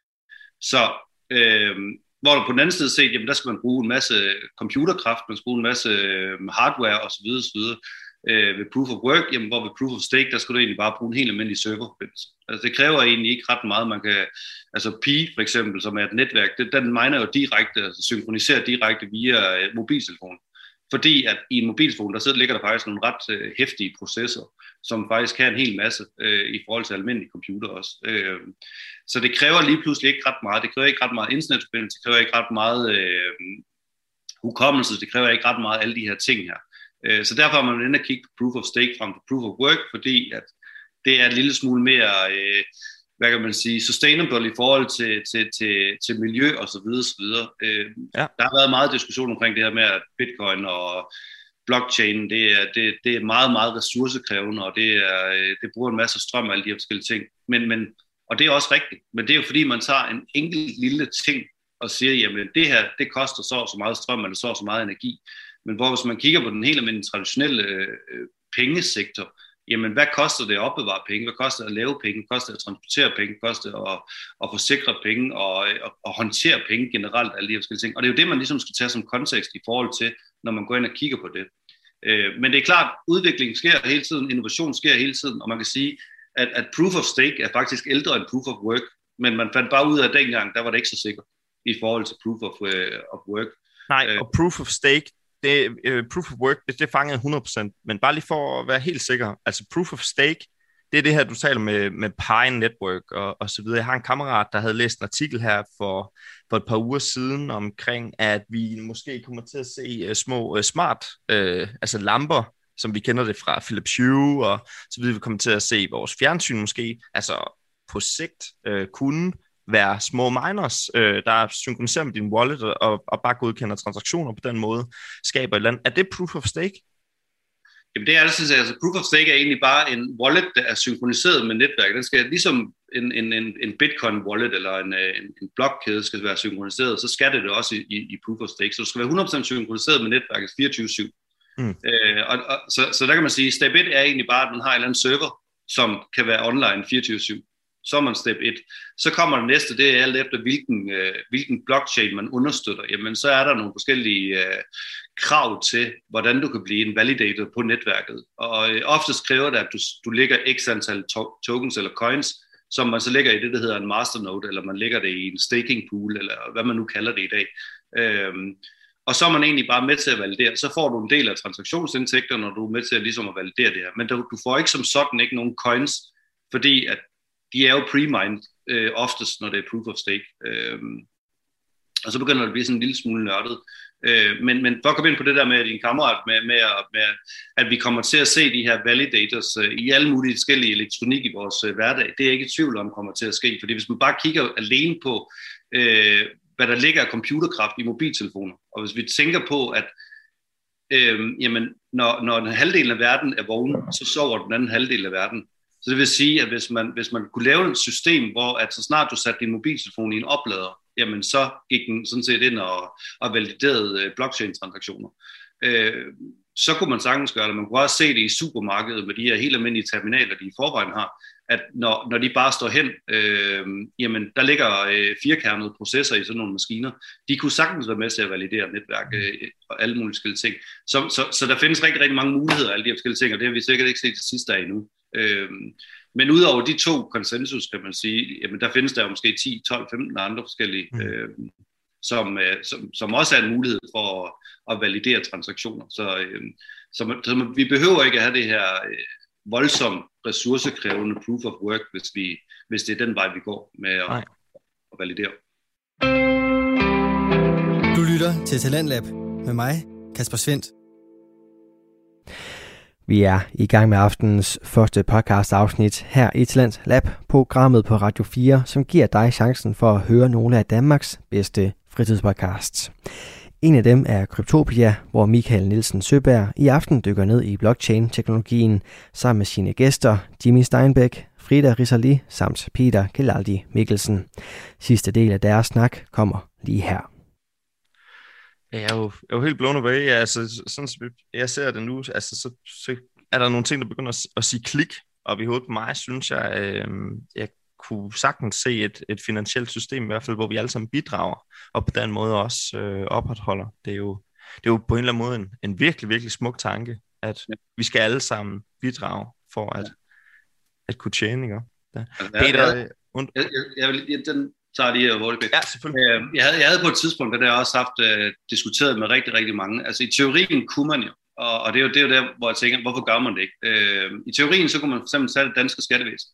Så øh, hvor du på den anden side set, jamen der skal man bruge en masse computerkraft, man skal bruge en masse hardware osv. osv. Øh, ved proof of work, jamen hvor ved proof of stake, der skal du egentlig bare bruge en helt almindelig serverforbindelse. Altså det kræver egentlig ikke ret meget, man kan, altså Pi for eksempel, som er et netværk, det, den miner jo direkte, altså synkroniserer direkte via mobiltelefon. Fordi at i en mobiltelefon, der sidder, ligger der faktisk nogle ret øh, heftige processer, som faktisk kan en hel masse øh, i forhold til almindelige computer også. Øh, så det kræver lige pludselig ikke ret meget. Det kræver ikke ret meget internetforbindelse, det kræver ikke ret meget øh, hukommelse, det kræver ikke ret meget alle de her ting her. Øh, så derfor har man inde at kigge på proof of stake frem for proof of work, fordi at det er en lille smule mere, øh, hvad kan man sige, sustainable i forhold til, til, til, til miljø og så videre, så videre. Øh, ja. Der har været meget diskussion omkring det her med, at bitcoin og blockchain, det er, det, det er meget, meget ressourcekrævende, og det, er, det bruger en masse strøm og alle de her forskellige ting. Men, men, og det er også rigtigt, men det er jo fordi, man tager en enkelt lille ting og siger, jamen det her, det koster så så meget strøm, eller så så meget energi. Men hvor hvis man kigger på den helt almindelige traditionelle øh, pengesektor, jamen hvad koster det at opbevare penge, hvad koster det at lave penge, hvad koster det at transportere penge, hvad koster det at, at forsikre penge og, og, og håndtere penge generelt, alle de her forskellige ting. Og det er jo det, man ligesom skal tage som kontekst i forhold til, når man går ind og kigger på det. Øh, men det er klart, udvikling sker hele tiden, innovation sker hele tiden, og man kan sige, at, at proof of stake er faktisk ældre end proof of work, men man fandt bare ud af, at dengang, der var det ikke så sikkert i forhold til proof of, uh, of work. Nej, og proof of stake, det, uh, proof of work, det, det fangede hundrede procent, men bare lige for at være helt sikker, altså proof of stake, det er det her, du taler med, med Pi Network og, og så videre. Jeg har en kammerat, der havde læst en artikel her for, for et par uger siden omkring, at vi måske kommer til at se uh, små uh, smart, uh, altså lamper, som vi kender det fra Philips Hue, og så videre, vi kommer til at se vores fjernsyn måske, altså på sigt uh, kunne være små miners, øh, der synkroniserer med din wallet og, og bare godkender transaktioner på den måde, skaber et eller andet. Er det proof of stake? Jamen det er altså, altså proof of stake er egentlig bare en wallet, der er synkroniseret med netværket. Den skal ligesom en, en, en, en bitcoin wallet eller en, en, en blokkæde skal være synkroniseret, så skal det det også i, i proof of stake. Så du skal være hundrede procent synkroniseret med netværket fireogtyve syv. Mm. Øh, og, og, så, så der kan man sige, step et er egentlig bare, at man har en eller anden server, som kan være online fireogtyve syv. Så er man step et. Så kommer det næste, det er alt efter hvilken, øh, hvilken blockchain man understøtter. Jamen så er der nogle forskellige øh, krav til, hvordan du kan blive en validator på netværket. Og øh, oftest kræver det, at du, du lægger x antal to- tokens eller coins, som man så lægger i det, der hedder en masternode, eller man lægger det i en staking pool, eller hvad man nu kalder det i dag. Øhm, og så er man egentlig bare med til at validere. Så får du en del af transaktionsindtægter, når du er med til at, ligesom at validere det her. Men du, du får ikke som sådan ikke nogen coins, fordi at de er jo pre-mined øh, oftest, når det er proof of stake. Øh, og så begynder det at blive sådan en lille smule nørdet. Øh, men, men for at komme ind på det der med din kammerat, med, med, med, at vi kommer til at se de her validators øh, i alle mulige forskellige elektronik i vores øh, hverdag, det er jeg ikke i tvivl om kommer til at ske. Fordi hvis man bare kigger alene på, øh, hvad der ligger af computerkraft i mobiltelefoner, og hvis vi tænker på, at øh, jamen, når, når en halvdel af verden er vågen, så sover den anden halvdel af verden. Så det vil sige, at hvis man, hvis man kunne lave et system, hvor at så snart du satte din mobiltelefon i en oplader, jamen så gik den sådan set ind og, og validerede blockchain-transaktioner. Øh, så kunne man sagtens gøre det. Man kunne også se det i supermarkedet med de her helt almindelige terminaler, de i forvejen har, at når, når de bare står hen, øh, jamen der ligger øh, firkernede processer i sådan nogle maskiner, de kunne sagtens være med til at validere netværk øh, og alle mulige forskellige ting. Så, så, så der findes rigtig, rigtig mange muligheder af alle de her forskellige ting, og det har vi sikkert ikke set det sidste af endnu. Øhm, men udover de to konsensus, kan man sige, jamen der findes der jo måske ti, tolv, femten andre forskellige, mm. øhm, som, øh, som, som også er en mulighed for at, at validere transaktioner. Så, øhm, så, så vi behøver ikke at have det her øh, voldsomt ressourcekrævende proof of work, hvis, vi, hvis det er den vej, vi går med at, at validere. Du lytter til Talentlab med mig, Kasper Svendt. Vi er i gang med aftenens første podcast-afsnit her i Talentlab, programmet på Radio fire, som giver dig chancen for at høre nogle af Danmarks bedste fritidspodcasts. En af dem er Cryptopia, hvor Michael Nielsen Søberg i aften dykker ned i blockchain-teknologien sammen med sine gæster Jimmy Steinbeck, Frida Risali samt Peter Gelaldi Mikkelsen. Sidste del af deres snak kommer lige her. Jeg er jo, jeg er jo helt blown away. Altså, sådan som jeg ser det nu, altså, så, så er der nogle ting, der begynder at, at sige klik op i hovedet på mig, synes jeg. Øh, jeg kunne sagtens se et, et finansielt system, i hvert fald, hvor vi alle sammen bidrager, og på den måde også øh, opretholder. Det er, jo, det er jo på en eller anden måde en, en virkelig, virkelig smuk tanke, at ja. vi skal alle sammen bidrage for at, ja. at kunne tjene, ikke? Ja. Peter, jeg, und... jeg, jeg, jeg, vil, jeg, den tager lige her hurtigt. Ja, selvfølgelig. Jeg havde, jeg havde på et tidspunkt, der jeg også haft uh, diskuteret med rigtig, rigtig mange. Altså i teorien kunne man jo, og, og det er jo, det er jo der, hvor jeg tænker, hvorfor gør man det ikke? Uh, I teorien, så kunne man for eksempel tage det danske skattevæsen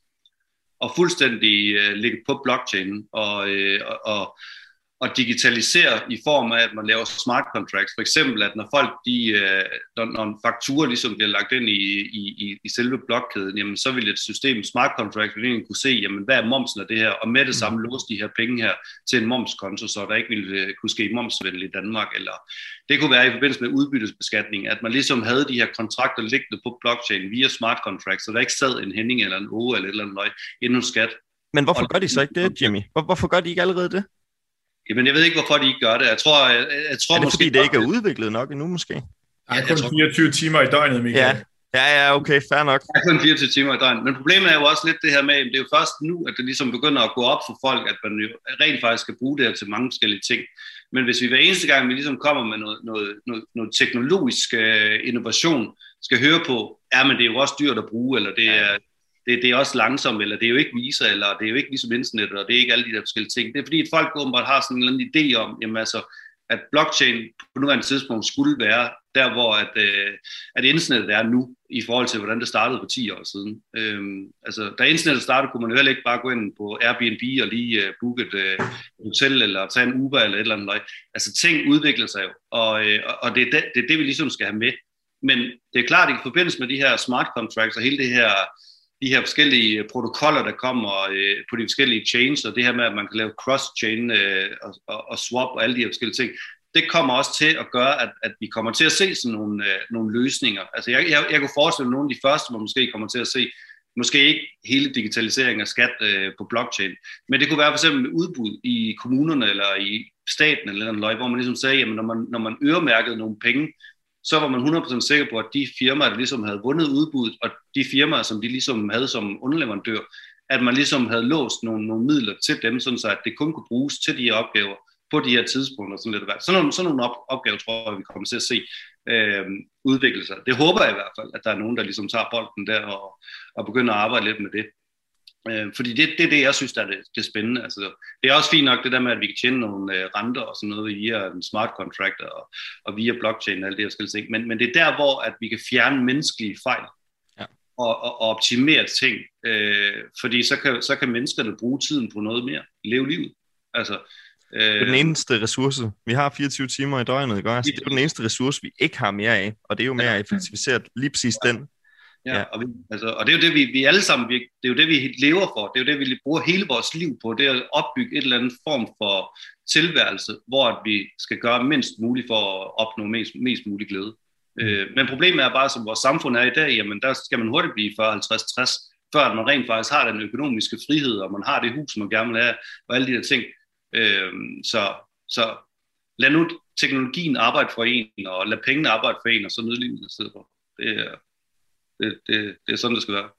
og fuldstændig uh, ligge på blockchainen og, uh, og, og, og digitalisere i form af, at man laver smart contracts. For eksempel, at når folk, de, uh, når, når en faktura ligesom bliver lagt ind i, i, i, i selve blokkæden, jamen så vil et system, smart contracts, vil egentlig kunne se, jamen hvad er momsen af det her, og med det samme låse de her penge her til en momskonto, så der ikke ville uh, kunne ske momsvindel i Danmark. Eller det kunne være i forbindelse med udbyttesbeskatning, at man ligesom havde de her kontrakter liggende på blockchain via smart contracts, så der ikke sad en Henning eller en Åge eller et eller andet løg inden skat. Men hvorfor og, gør de så ikke det, Jimmy? Hvor, hvorfor gør de ikke allerede det? Jamen, jeg ved ikke, hvorfor de ikke gør det. Jeg tror, jeg, jeg tror er det måske, fordi, det ikke er udviklet nok endnu, måske? Der er kun fireogtyve timer i døgnet, Michael. Ja, ja, ja okay, fair nok. Der er kun fireogtyve timer i døgnet. Men problemet er jo også lidt det her med, at det er jo først nu, at det ligesom begynder at gå op for folk, at man jo rent faktisk skal bruge det her til mange forskellige ting. Men hvis vi hver eneste gang, vi ligesom kommer med noget, noget, noget, noget teknologisk uh, innovation, skal høre på, ja, men det er jo også dyrt at bruge, eller det er... Det, det er også langsomt, eller det er jo ikke Visa, eller det er jo ikke ligesom internet, og det er ikke alle de der forskellige ting. Det er fordi, at folk åbenbart har sådan en eller anden idé om, jamen altså, at blockchain på nuværende tidspunkt skulle være der, hvor at, øh, at internettet er nu, i forhold til, hvordan det startede for ti år siden. Øhm, altså, da internettet startede, kunne man jo heller ikke bare gå ind på Airbnb og lige øh, booke et øh, hotel, eller tage en Uber, eller et eller andet løg. Altså, ting udvikler sig jo, og, øh, og det, er det, det er det, vi ligesom skal have med. Men det er klart, at i forbindelse med de her smart contracts, og hele det her de her forskellige protokoller, der kommer øh, på de forskellige chains, og det her med, at man kan lave cross-chain øh, og, og, og swap og alle de her forskellige ting, det kommer også til at gøre, at, at vi kommer til at se sådan nogle, øh, nogle løsninger. Altså jeg, jeg, jeg kunne forestille mig, nogle af de første, hvor måske kommer til at se, måske ikke hele digitaliseringen af skat øh, på blockchain, men det kunne være for eksempel udbud i kommunerne eller i staten eller noget, hvor man ligesom sagde, jamen når man, når man øremærkede nogle penge, så var man hundrede procent sikker på, at de firmaer, der ligesom havde vundet udbuddet, og de firmaer, som de ligesom havde som underleverandør, at man ligesom havde låst nogle, nogle midler til dem, sådan så at det kun kunne bruges til de her opgaver på de her tidspunkter. Sådan, lidt. sådan, nogle, sådan nogle op, opgaver, tror jeg, vi kommer til at se øh, udvikle sig. Det håber jeg i hvert fald, at der er nogen, der ligesom tager bolden der og, og begynder at arbejde lidt med det. Øh, fordi det, det er det, jeg synes, der er det, det er spændende. Altså, det er også fint nok det der med, at vi kan tjene nogle øh, renter og sådan noget via en smart contract og, og via blockchain og alle de her forskellige ting. Men, men det er der, hvor at vi kan fjerne menneskelige fejl ja. og, og, og optimere ting. Øh, fordi så kan, så kan menneskerne bruge tiden på noget mere. Leve livet. Altså, øh, det er den eneste ressource. Vi har fireogtyve timer i døgnet, ikke? Altså, det er den eneste ressource, vi ikke har mere af. Og det er jo mere at effektivisere lige præcis den. Ja, ja. Og, vi, altså, og det er jo det, vi, vi alle sammen, vi, det er jo det, vi lever for. Det er jo det, vi bruger hele vores liv på. Det er at opbygge et eller andet form for tilværelse, hvor at vi skal gøre mindst muligt for at opnå mest, mest mulig glæde. Mm. Øh, men problemet er bare, som vores samfund er i dag, jamen der skal man hurtigt blive fyrre, halvtreds, tres, før man rent faktisk har den økonomiske frihed, og man har det hus, man gerne vil have, og alle de der ting. Øh, så, så lad nu teknologien arbejde for en, og lad pengene arbejde for en, og så nyde livet i stedet for. Det er Det, det, det er sådan, det skal være.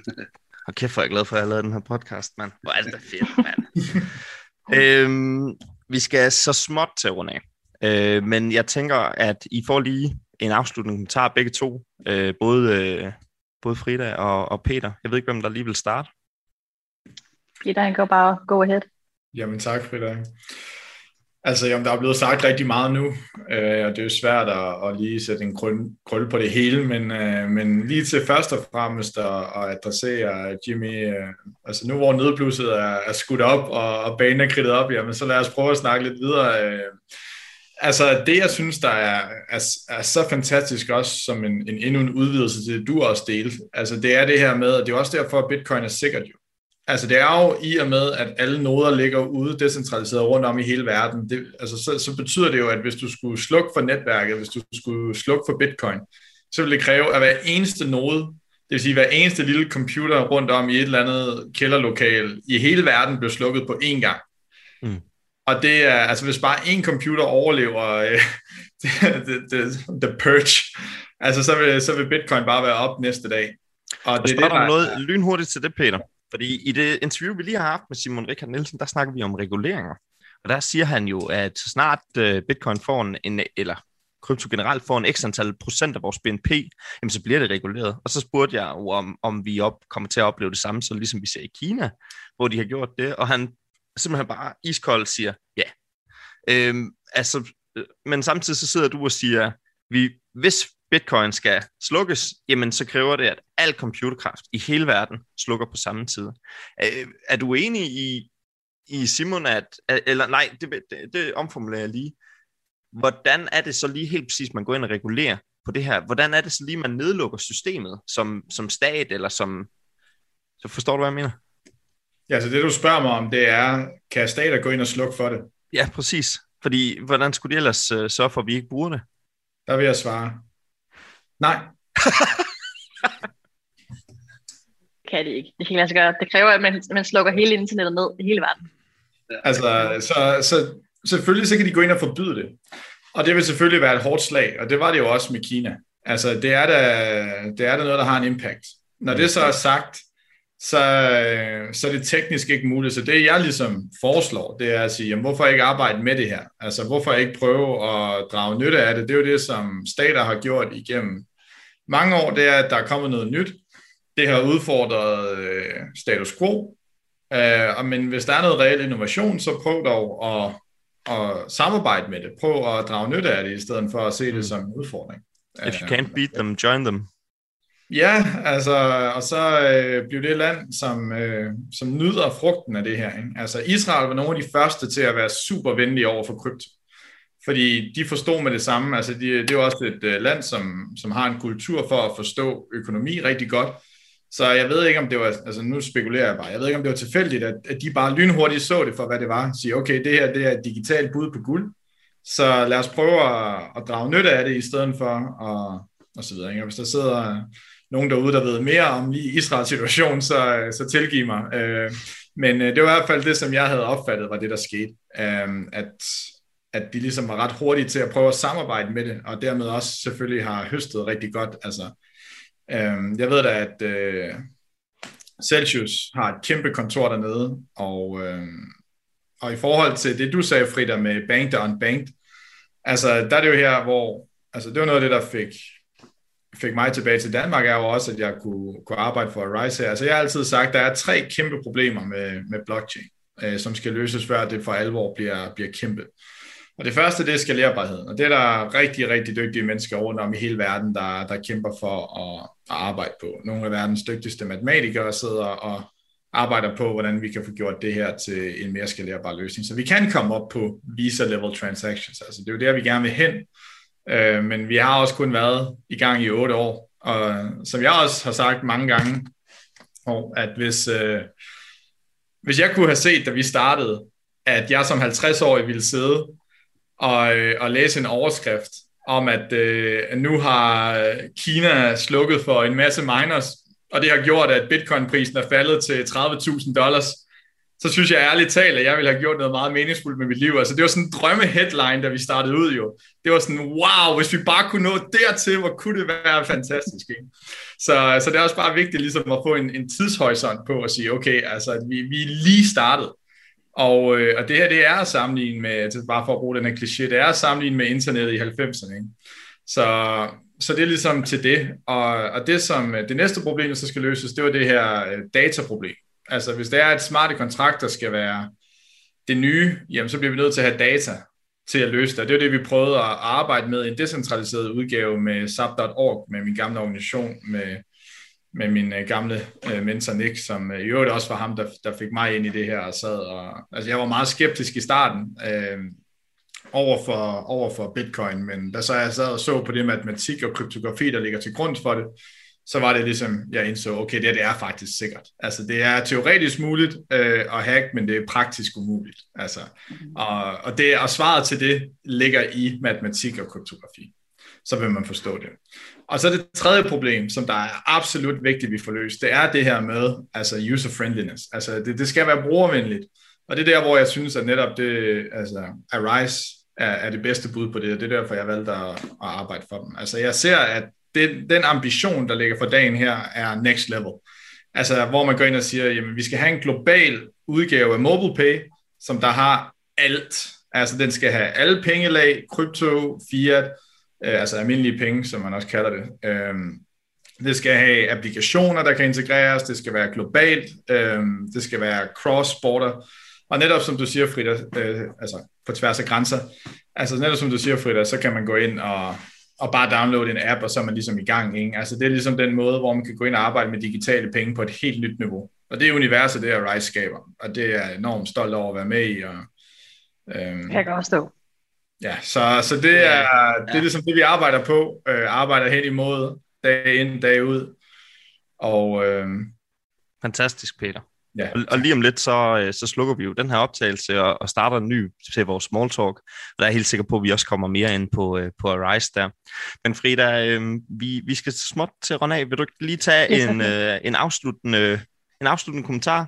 Og kæft, hvor er jeg glad for, at jeg har lavet den her podcast, mand. Hvor er det da fedt, mand. øhm, vi skal så småt til at runde af. Øh, men jeg tænker, at I får lige en afslutning. Vi tager begge to. Øh, både, øh, både Frida og, og Peter. Jeg ved ikke, hvem der lige vil starte. Peter, han går bare go ahead. Jamen tak, Frida. Altså, jamen, der er blevet sagt rigtig meget nu, øh, og det er jo svært at, at lige sætte en krølle, krølle på det hele, men, øh, men lige til først og fremmest at, at adressere Jimmy, øh, altså nu hvor nedblusset er, er skudt op, og, og banen er kridtet op, jamen så lad os prøve at snakke lidt videre. Øh, altså det, jeg synes, der er, er, er så fantastisk også som en, en endnu en udvidelse til det, du også delte, altså det er det her med, og det er også derfor, at Bitcoin er sikkert jo. Altså det er jo i og med, at alle noder ligger ude decentraliseret rundt om i hele verden. Det, altså så, så betyder det jo, at hvis du skulle slukke for netværket, hvis du skulle slukke for Bitcoin, så ville det kræve, at hver eneste node, det vil sige hver eneste lille computer rundt om i et eller andet kælderlokal i hele verden blev slukket på én gang. Mm. Og det er, altså hvis bare én computer overlever øh, the, the, the purge, altså så vil, så vil Bitcoin bare være op næste dag. Og det, det er der noget lynhurtigt til det, Peter. Fordi i det interview, vi lige har haft med Simon Richard Nielsen, der snakker vi om reguleringer. Og der siger han jo, at så snart uh, Bitcoin får en, en, eller krypto generelt får en ekstra antal procent af vores B N P, jamen så bliver det reguleret. Og så spurgte jeg jo, om, om vi op, kommer til at opleve det samme, så ligesom vi ser i Kina, hvor de har gjort det. Og han simpelthen bare iskold siger, ja. Øhm, altså, men samtidig så sidder du og siger, vi, hvis Bitcoin skal slukkes, jamen så kræver det, at al computerkraft i hele verden slukker på samme tid. Er, er du enig i, i Simon, at, eller nej, det, det, det omformulerer jeg lige. Hvordan er det så lige helt præcis, man går ind og regulerer på det her? Hvordan er det så lige, man nedlukker systemet som, som stat, eller som... Så forstår du, hvad jeg mener? Ja, så det du spørger mig om, det er, kan stater gå ind og slukke for det? Ja, præcis. Fordi, hvordan skulle de ellers uh, sørge for, at vi ikke bruger det? Der vil jeg svare. Nej. Kan det ikke. Det kan lade sig gøre. Det kræver, at man, man slukker hele internettet ned i hele verden. Altså, så, så selvfølgelig så kan de gå ind og forbyde det. Og det vil selvfølgelig være et hårdt slag, og det var det jo også med Kina. Altså, det er da, det er da noget, der har en impact. Når det så er sagt, så, så er det teknisk ikke muligt. Så det, jeg ligesom foreslår, det er at sige, jamen, hvorfor ikke arbejde med det her? Altså, hvorfor ikke prøve at drage nytte af det? Det er jo det, som stater har gjort igennem mange år, det er, at der er kommet noget nyt. Det har udfordret øh, status quo. Øh, men hvis der er noget reel innovation, så prøv dog at, at samarbejde med det. Prøv at drage nytte af det, i stedet for at se det som en udfordring. If you can't beat them, join them. Ja, altså, og så øh, blev det et land, som, øh, som nyder frugten af det her. Ikke? Altså, Israel var nogle af de første til at være super venlige over for krypto. Fordi de forstod med det samme. Altså, de, det er jo også et øh, land, som, som har en kultur for at forstå økonomi rigtig godt. Så jeg ved ikke, om det var, altså nu spekulerer jeg bare, jeg ved ikke, om det var tilfældigt, at, at de bare lynhurtigt så det for, hvad det var. Sige, okay, det her det er et digitalt bud på guld, så lad os prøve at, at drage nytte af det, i stedet for, og, og så videre. Ikke? Og hvis der sidder nogen derude, der ved mere om lige Israels situation, så, så tilgiv mig. Øh, men det var i hvert fald det, som jeg havde opfattet, var det, der skete. Øh, at, at de ligesom var ret hurtige til at prøve at samarbejde med det, og dermed også selvfølgelig har høstet rigtig godt. Altså, øh, jeg ved da, at øh, Celsius har et kæmpe kontor dernede, og, øh, og i forhold til det, du sagde, Frida, med banked og unbanked, altså der er det jo her, hvor, altså det var noget af det, der fik fik mig tilbage til Danmark, er jo også, at jeg kunne, kunne arbejde for Arise her. Altså jeg har altid sagt, at der er tre kæmpe problemer med, med blockchain, øh, som skal løses, før det for alvor bliver, bliver kæmpe. Og det første, det er skalerbarheden, og det er der rigtig, rigtig dygtige mennesker rundt om i hele verden, der, der kæmper for at, at arbejde på. Nogle af verdens dygtigste matematikere sidder og arbejder på, hvordan vi kan få gjort det her til en mere skalerbar løsning. Så vi kan komme op på Visa-level transactions, altså det er jo der, vi gerne vil hen. Øh, men vi har også kun været i gang i otte år, og som jeg også har sagt mange gange, at hvis, øh, hvis jeg kunne have set, da vi startede, at jeg som halvtreds-årig ville sidde og, øh, og læse en overskrift om, at øh, nu har Kina slukket for en masse miners, og det har gjort, at bitcoin-prisen er faldet til tredive tusind dollars, så synes jeg ærligt talt, at jeg ville have gjort noget meget meningsfuldt med mit liv. Altså det var sådan en drømme-headline, da vi startede ud jo. Det var sådan, wow, hvis vi bare kunne nå dertil, hvor kunne det være fantastisk. Ikke? Så, så det er også bare vigtigt ligesom at få en, en tidshorisont på at sige, okay, altså at vi, vi er lige startet. Og, øh, og det her, det er at sammenligne med, bare for at bruge den her kliché, det er at sammenligne med internettet i halvfemserne. Ikke? Så, så det er ligesom til det. Og, og det som det næste problem, der så skal løses, det var det her dataproblem. Altså hvis der er et smarte kontrakt, der skal være det nye, jamen så bliver vi nødt til at have data til at løse det. Og det er det, vi prøvede at arbejde med i en decentraliseret udgave med S A P punktum org, med min gamle organisation, med, med min gamle uh, mentor Nick, som uh, i øvrigt også var ham, der, der fik mig ind i det her og sad. Og, altså jeg var meget skeptisk i starten uh, over, for, over for Bitcoin, men da så jeg sad og så på det matematik og kryptografi, der ligger til grund for det, så var det ligesom, jeg indså, okay, det, det er faktisk sikkert. Altså, det er teoretisk muligt øh, at hacke, men det er praktisk umuligt. Altså, og, og, det, og svaret til det ligger i matematik og kryptografi. Så vil man forstå det. Og så det tredje problem, som der er absolut vigtigt, vi får løst, det er det her med altså user-friendliness. Altså, det, det skal være brugervenligt. Og det er der, hvor jeg synes, at netop det, altså, Arise er, er det bedste bud på det, og det er derfor, jeg valgte at, at arbejde for dem. Altså, jeg ser, at det, den ambition, der ligger for dagen her, er next level. Altså, hvor man går ind og siger, jamen, vi skal have en global udgave af MobilePay, som der har alt. Altså, den skal have alle pengelag, krypto, fiat, øh, altså almindelige penge, som man også kalder det. Øhm, det skal have applikationer, der kan integreres, det skal være globalt, øhm, det skal være cross-border, og netop som du siger, Frida, øh, altså på tværs af grænser, altså netop som du siger, Frida, så kan man gå ind og og bare downloade en app, og så er man ligesom i gang. Ikke? Altså det er ligesom den måde, hvor man kan gå ind og arbejde med digitale penge på et helt nyt niveau. Og det er universet, det er Rise skaber. Og det er jeg enormt stolt over at være med i. Og, øhm, jeg kan også stå. Ja, så, så det, er, det er ligesom det, vi arbejder på. Øh, arbejder hen imod dag ind, dag ud. Og, øhm, fantastisk, Peter. Ja. Og, og lige om lidt, så, så slukker vi jo den her optagelse og, og starter en ny til vores small talk. Og der er jeg helt sikker på, at vi også kommer mere ind på, på Arise der. Men Frida, øh, vi, vi skal småt til at runde af. Vil du lige tage yes, en, øh, en, afsluttende, en afsluttende kommentar?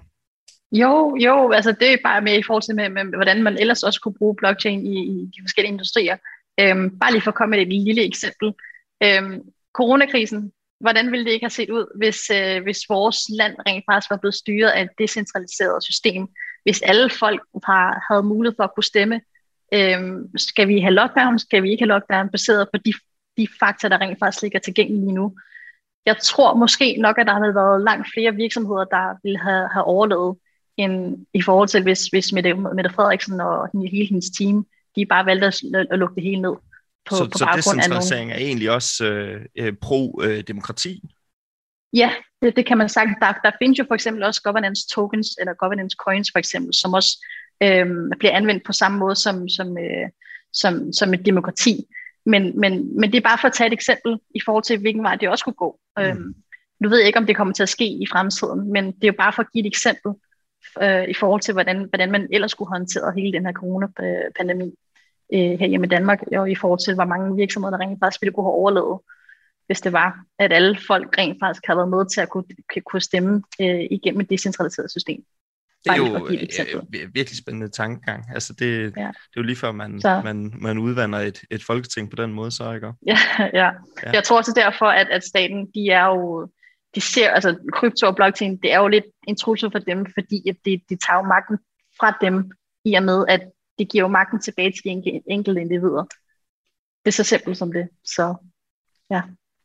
Jo, jo, altså det er bare med i forhold til, med, med, hvordan man ellers også kunne bruge blockchain i, i de forskellige industrier. Øhm, bare lige for at komme med et lille eksempel. Øhm, coronakrisen. Hvordan ville det ikke have set ud, hvis, øh, hvis vores land rent faktisk var blevet styret af et decentraliseret system? Hvis alle folk har, havde mulighed for at kunne stemme, øh, skal vi have lockdown, skal vi ikke have lockdown, baseret på de, de fakta, der rent faktisk ligger tilgængelige lige nu? Jeg tror måske nok, at der havde været langt flere virksomheder, der ville have, have overlevet, end i forhold til, hvis, hvis Mette, Mette Frederiksen og hele hendes team, de bare valgte at, at lukke det hele ned. På, så på så decentralisering er egentlig også øh, pro-demokrati? Øh, ja, det, det kan man sige. Der, der findes jo for eksempel også governance tokens, eller governance coins for eksempel, som også øh, bliver anvendt på samme måde som, som, øh, som, som et demokrati. Men, men, men det er bare for at tage et eksempel i forhold til, hvilken vej det også kunne gå. Mm. Øhm, nu ved jeg ikke, om det kommer til at ske i fremtiden, men det er jo bare for at give et eksempel øh, i forhold til, hvordan, hvordan man ellers skulle håndtere hele den her coronapandemi her hjemme i Danmark, og i forhold til, hvor mange virksomheder, der rent faktisk ville kunne have overlevet, hvis det var, at alle folk rent faktisk havde været med til at kunne, kunne stemme øh, igennem et decentraliseret system. Det er jo øh, virkelig spændende tankegang. Altså det, ja. det er jo lige før, man, man, man udvander et, et folketing på den måde, så ikke? Ja, ja. ja. Jeg tror også derfor, at, at staten, de er jo, de ser, altså krypto og blockchain, det er jo lidt en trussel for dem, fordi at det, de tager jo magten fra dem, i og med, at det giver jo magten tilbage til de enkelte individer. Det er så simpelt som det. Så ja.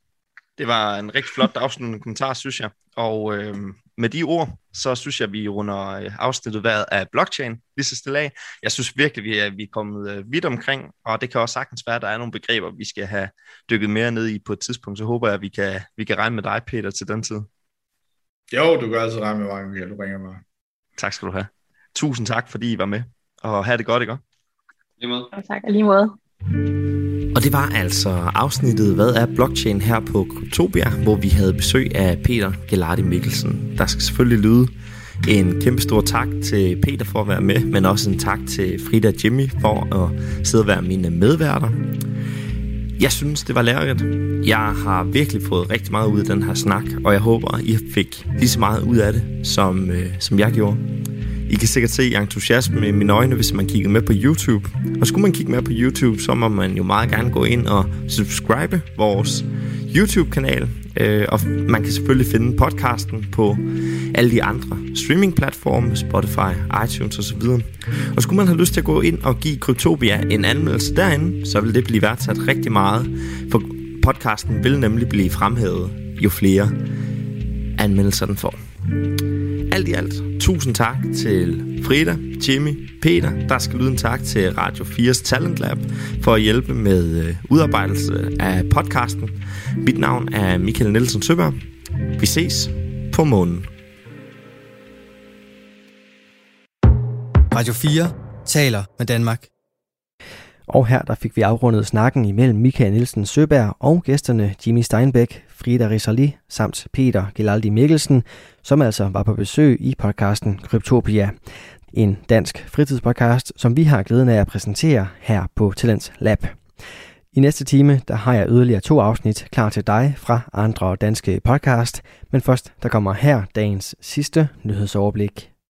Det var en rigtig flot afsluttende kommentar, synes jeg. Og øh, med de ord, så synes jeg, at vi runder afsnittet været af blockchain lige så stille af. Jeg synes virkelig, vi er, vi er kommet vidt omkring, og det kan også sagtens være, at der er nogle begreber, vi skal have dykket mere ned i på et tidspunkt. Så håber jeg, at vi kan, vi kan regne med dig, Peter, til den tid. Jo, du kan altid regne med mig, Michael. Du ringer mig. Tak skal du have. Tusind tak, fordi I var med. Og have det godt, ikke? Lige måde. Tak, lige måde. Og det var altså afsnittet Hvad er blockchain her på Kryptopia, hvor vi havde besøg af Peter Gelardi Mikkelsen. Der skal selvfølgelig lyde en kæmpe stor tak til Peter for at være med, men også en tak til Frida og Jimmy for at sidde og være mine medværter. Jeg synes, det var lærerigt. Jeg har virkelig fået rigtig meget ud af den her snak, og jeg håber, I fik lige så meget ud af det, som, øh, som jeg gjorde. I kan sikkert se entusiasme i mine øjne, hvis man kigger med på YouTube. Og skulle man kigge med på YouTube, så må man jo meget gerne gå ind og subscribe vores YouTube-kanal. Og man kan selvfølgelig finde podcasten på alle de andre streamingplatforme, Spotify, iTunes osv. Og skulle man have lyst til at gå ind og give Kryptopia en anmeldelse derinde, så vil det blive værdsat rigtig meget. For podcasten vil nemlig blive fremhævet, jo flere anmeldelser den får. Alt i alt, tusind tak til Frida, Jimmy, Peter. Der skal lyde en tak til Radio fires Talent Lab for at hjælpe med øh, udarbejdelse af podcasten. Mit navn er Michael Nielsen Søberg. Vi ses på månen. Radio fire taler med Danmark. Og her der fik vi afrundet snakken imellem Michael Nielsen Søberg og gæsterne Jimmy Steinbeck, Frida Rizali samt Peter Gelaldi Mikkelsen, som altså var på besøg i podcasten Kryptopia. En dansk fritidspodcast, som vi har glæden af at præsentere her på Talents Lab. I næste time, der har jeg yderligere to afsnit klar til dig fra andre danske podcast, men først, der kommer her dagens sidste nyhedsoverblik.